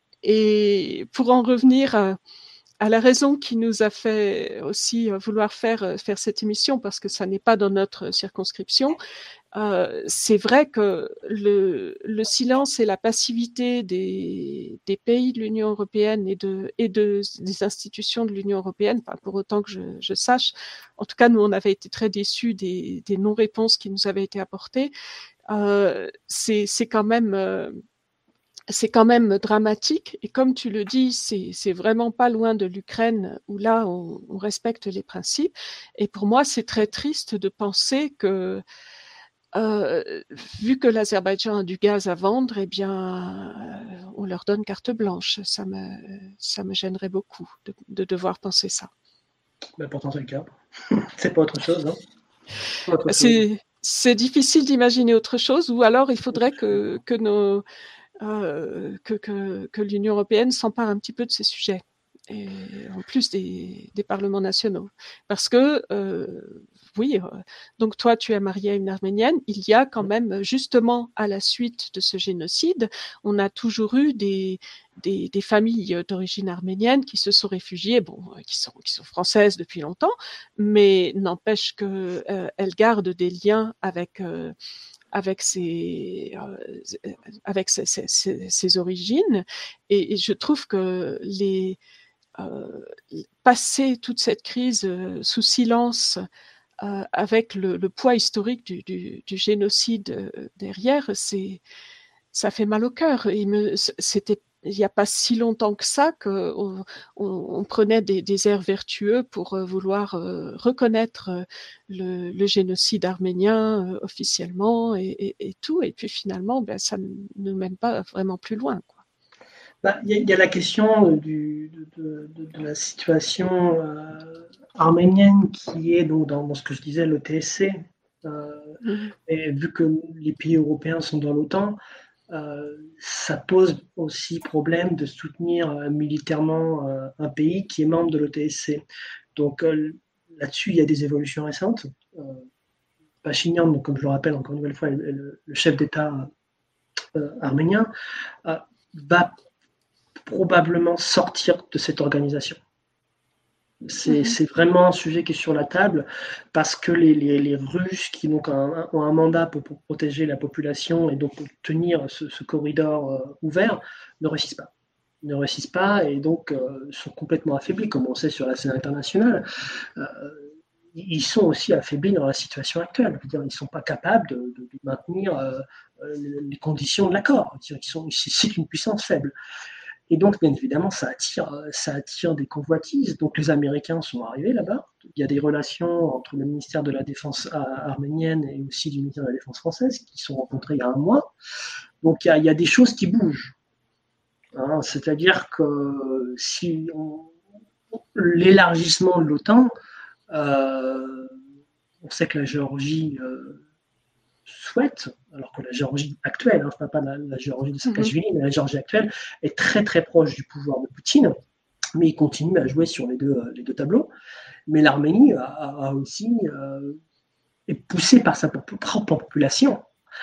S2: Et pour en revenir à, à la raison qui nous a fait aussi vouloir faire, faire cette émission, parce que ça n'est pas dans notre circonscription, euh, c'est vrai que le, le silence et la passivité des, des pays de l'Union européenne et, de, et de, des institutions de l'Union européenne, pas pour autant que je, je sache, en tout cas nous on avait été très déçus des, des non-réponses qui nous avaient été apportées, euh, c'est, c'est quand même... Euh, c'est quand même dramatique, et comme tu le dis, c'est, c'est vraiment pas loin de l'Ukraine où là on, on respecte les principes. Et pour moi, c'est très triste de penser que, euh, vu que l'Azerbaïdjan a du gaz à vendre, eh bien, euh, on leur donne carte blanche. Ça me, ça me gênerait beaucoup de, de devoir penser ça.
S6: Ben pourtant c'est le cas. C'est pas autre chose, hein. Pas autre
S2: c'est, chose. C'est difficile d'imaginer autre chose, ou alors il faudrait que, que nos Euh, que, que, que l'Union européenne s'empare un petit peu de ces sujets, et en plus des, des parlements nationaux. Parce que, euh, oui, euh, donc toi, tu es marié à une Arménienne, il y a quand même, justement, à la suite de ce génocide, on a toujours eu des, des, des familles d'origine arménienne qui se sont réfugiées, bon, qui sont, qui sont françaises depuis longtemps, mais n'empêche qu'elles euh, gardent des liens avec... Euh, avec ses, euh, avec ses, ses, ses, ses origines, et, et je trouve que les euh, passer toute cette crise euh, sous silence euh, avec le, le poids historique du, du, du génocide euh, derrière, c'est, ça fait mal au cœur. Il me, c'était il n'y a pas si longtemps que ça qu'on on, on prenait des, des airs vertueux pour euh, vouloir euh, reconnaître euh, le, le génocide arménien euh, officiellement et, et, et tout. Et puis finalement, ben, ça ne nous mène pas vraiment plus loin, quoi.
S6: Bah, y, a, y a la question du, de, de, de la situation euh, arménienne qui est donc dans, dans ce que je disais, l'O T S C. Euh, mmh. Et vu que les pays européens sont dans l'OTAN, Euh, ça pose aussi problème de soutenir euh, militairement euh, un pays qui est membre de l'O T S C. Donc euh, là-dessus, il y a des évolutions récentes. Euh, Pachinian, donc, comme je le rappelle encore une nouvelle fois, le, le chef d'État euh, arménien, euh, va probablement sortir de cette organisation. C'est, mmh. c'est vraiment un sujet qui est sur la table parce que les, les, les Russes qui donc, un, ont un mandat pour, pour protéger la population et donc pour tenir ce, ce corridor euh, ouvert ne réussissent pas. Ne réussissent pas et donc euh, sont complètement affaiblis, comme on sait sur la scène internationale. Euh, ils sont aussi affaiblis dans la situation actuelle. Je veux dire, ils ne sont pas capables de, de, de maintenir euh, les conditions de l'accord. Ils sont, c'est une puissance faible. Et donc, bien évidemment, ça attire, ça attire des convoitises. Donc, les Américains sont arrivés là-bas. Il y a des relations entre le ministère de la Défense arménienne et aussi du ministère de la Défense française qui sont rencontrés il y a un mois. Donc, il y a, il y a des choses qui bougent. Hein, c'est-à-dire que si on, l'élargissement de l'OTAN, euh, on sait que la Géorgie euh, souhaite, alors que la Géorgie actuelle, hein, je ne parle pas de la, la Géorgie de Saakashvili, mm-hmm. mais la Géorgie actuelle est très très proche du pouvoir de Poutine, mais il continue à jouer sur les deux, les deux tableaux. Mais l'Arménie a, a aussi euh, est poussée par sa propre population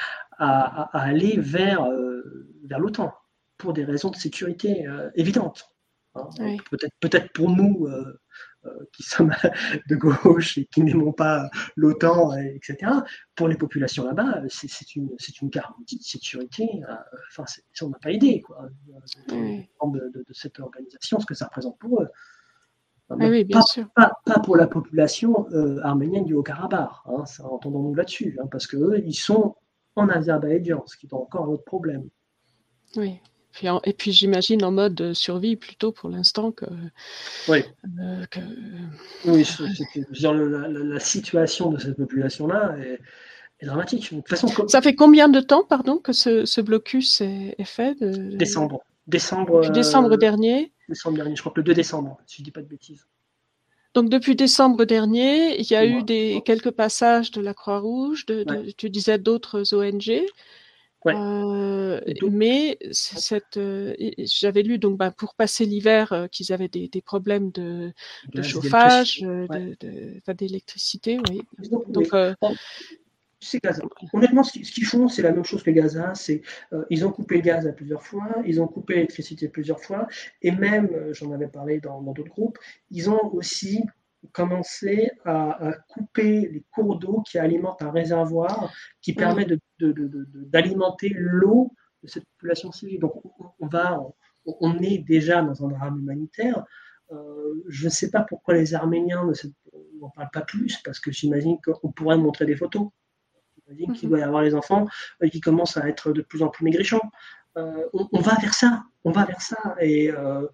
S6: à, à, à aller vers, euh, vers l'OTAN pour des raisons de sécurité euh, évidentes. Hein. Oui. Peut-être, peut-être pour nous euh, euh, qui sommes de gauche et qui n'aimons pas l'OTAN, et cetera, pour les populations là-bas, c'est, c'est, une, c'est une garantie de sécurité. Euh, enfin, c'est, on n'a pas idée quoi, oui. de, de, de cette organisation, ce que ça représente pour eux.
S2: Oui, oui, bien
S6: pas,
S2: sûr.
S6: Pas, pas pour la population euh, arménienne du Haut-Karabakh, hein, ça, entendons-nous là-dessus, hein, parce qu'eux, ils sont en Azerbaïdjan, ce qui est encore un autre problème.
S2: Oui. Puis en, et puis j'imagine en mode survie plutôt pour l'instant que.
S6: Oui.
S2: Euh, que...
S6: Oui, c'est, c'est, genre, la, la, la situation de cette population-là est, est dramatique. De toute façon, comme...
S2: Ça fait combien de temps, pardon, que ce, ce blocus est, est fait de...
S6: Décembre. Décembre.
S2: Depuis décembre euh, dernier.
S6: Décembre dernier, je crois que le deux décembre, si je ne dis pas de bêtises.
S2: Donc depuis décembre dernier, il y a ouais. eu des quelques passages de la Croix-Rouge, de, de, ouais. tu disais d'autres O N G. Ouais. Euh, mais cette, euh, j'avais lu donc ben, pour passer l'hiver euh, qu'ils avaient des, des problèmes de, de chauffage, euh, ouais. de, de, de, d'électricité, oui. Donc, donc
S6: euh, c'est Gaza. Honnêtement, ce qu'ils font, c'est la même chose que Gaza. C'est, euh, ils ont coupé le gaz à plusieurs fois, ils ont coupé l'électricité plusieurs fois, et même, euh, j'en avais parlé dans, dans d'autres groupes, ils ont aussi commencer à, à couper les cours d'eau qui alimentent un réservoir qui permet de, de, de, de, d'alimenter l'eau de cette population civile. Donc on, on, va, on, on est déjà dans un drame humanitaire. Euh, je ne sais pas pourquoi les Arméniens n'en parlent pas plus, parce que j'imagine qu'on pourrait montrer des photos. J'imagine qu'il doit y avoir les enfants qui commencent à être de plus en plus maigrichons. Euh, on, on va vers ça, on va vers ça. Et euh,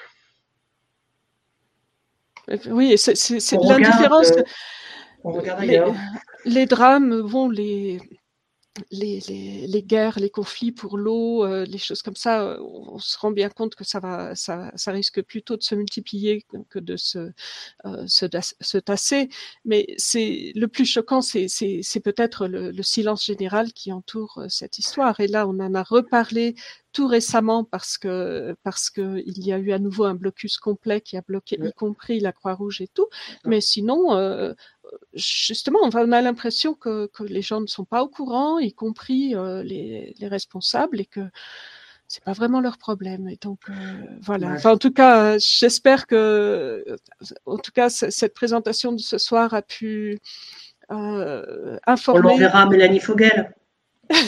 S2: oui, c'est, c'est, c'est de l'indifférence.
S6: Euh, on regarde
S2: les, les drames, bon, les, les, les, les guerres, les conflits pour l'eau, euh, les choses comme ça, euh, on se rend bien compte que ça va, ça, ça risque plutôt de se multiplier que de se, euh, se, se tasser. Mais c'est le plus choquant, c'est, c'est, c'est peut-être le, le silence général qui entoure cette histoire. Et là, on en a reparlé tout récemment parce que parce que il y a eu à nouveau un blocus complet qui a bloqué, oui. y compris la Croix-Rouge et tout. Mais sinon, euh, justement, on a l'impression que que les gens ne sont pas au courant, y compris euh, les les responsables, et que c'est pas vraiment leur problème. Et donc euh, voilà. Ouais. Enfin, en tout cas, j'espère que, en tout cas, c- cette présentation de ce soir a pu euh, informer.
S6: On l'enverra à Mélanie Fogel.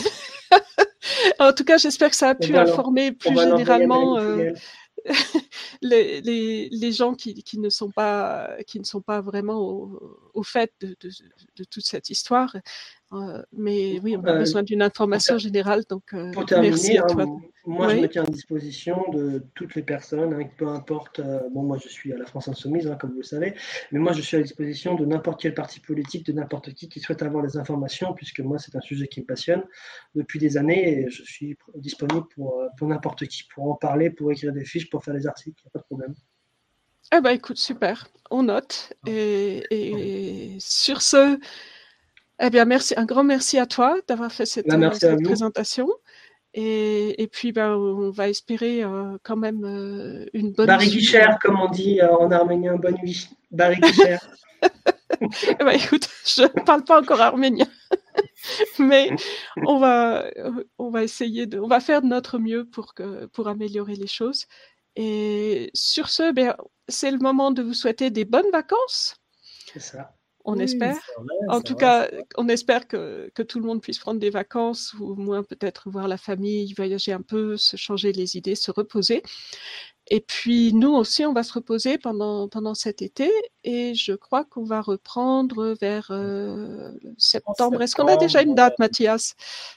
S2: En tout cas, j'espère que ça a pu
S6: va
S2: informer plus généralement euh, les, les, les gens qui, qui, ne sont pas, qui ne sont pas vraiment au, au fait de, de, de toute cette histoire. Euh, mais oui, on a euh, besoin d'une information pour, générale. Donc, euh,
S6: pour terminer,
S2: merci à
S6: hein,
S2: toi.
S6: moi,
S2: oui.
S6: je me tiens à disposition de toutes les personnes, hein, peu importe. Euh, bon, moi, je suis à la France Insoumise, hein, comme vous le savez, mais moi, je suis à disposition de n'importe quel parti politique, de n'importe qui qui souhaite avoir les informations, puisque moi, c'est un sujet qui me passionne depuis des années et je suis disponible pour, pour n'importe qui, pour en parler, pour écrire des fiches, pour faire des articles, il n'y a pas de problème.
S2: Eh ben, écoute, super, on note. Et, et sur ce, eh bien, merci, un grand merci à toi d'avoir fait cette,
S6: ben,
S2: cette présentation. Et, et puis, ben, on va espérer euh, quand même euh, une bonne
S6: Bari Guicher, comme on dit euh, en arménien, bonne nuit. Bari Guicher.
S2: Eh ben, écoute, je ne parle pas encore arménien, mais on va, on va essayer de, on va faire de notre mieux pour que, pour améliorer les choses. Et sur ce, ben, c'est le moment de vous souhaiter des bonnes vacances.
S6: C'est ça.
S2: On oui, espère.
S1: Vrai,
S2: en tout vrai, cas, on espère que, que tout le monde puisse prendre des vacances ou au moins peut-être voir la famille, voyager un peu, se changer les idées, se reposer. Et puis nous aussi, on va se reposer pendant, pendant cet été et je crois qu'on va reprendre vers euh, septembre. Est-ce qu'on a déjà une date, Mathias?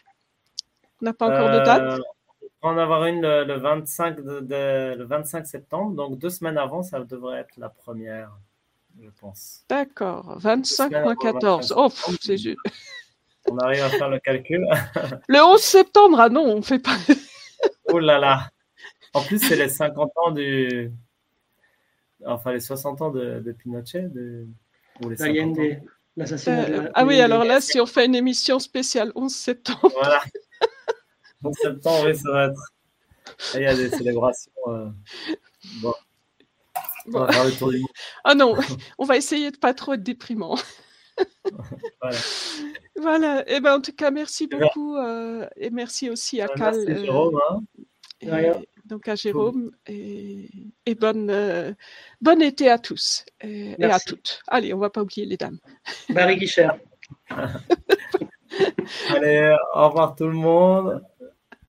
S2: On n'a pas encore
S1: euh,
S2: de date?
S1: On va en avoir une le, le, vingt-cinq de, de, le vingt-cinq septembre, donc deux semaines avant, ça devrait être la première. Je pense.
S2: D'accord, vingt-cinq moins quatorze. Oh, pff, c'est juste.
S1: On arrive à faire le calcul.
S2: Le onze septembre, ah non, on fait pas.
S1: Oh là là. En plus, c'est les cinquante ans du. Enfin, les soixante ans de, de Pinochet. De... Ou les
S6: cinquante ans. L'assassinat
S2: euh,
S6: de la...
S2: Ah oui, alors là, si on fait une émission spéciale onze septembre.
S1: Voilà. onze septembre, oui, ça va être. Il y a des célébrations. Euh... Bon.
S2: Bon.
S1: On va faire le tour du monde.
S2: Ah non, on va essayer de pas trop être déprimant.
S1: Voilà.
S2: Voilà. Et ben en tout cas, merci beaucoup euh, et merci aussi à Cal.
S1: Merci euh, Jérôme. Hein.
S2: Et, donc à Jérôme cool. et, et bonne euh, bon été à tous et, et à toutes. Allez, on va pas oublier les dames.
S6: Bari Guicher.
S1: Allez, au revoir tout le monde.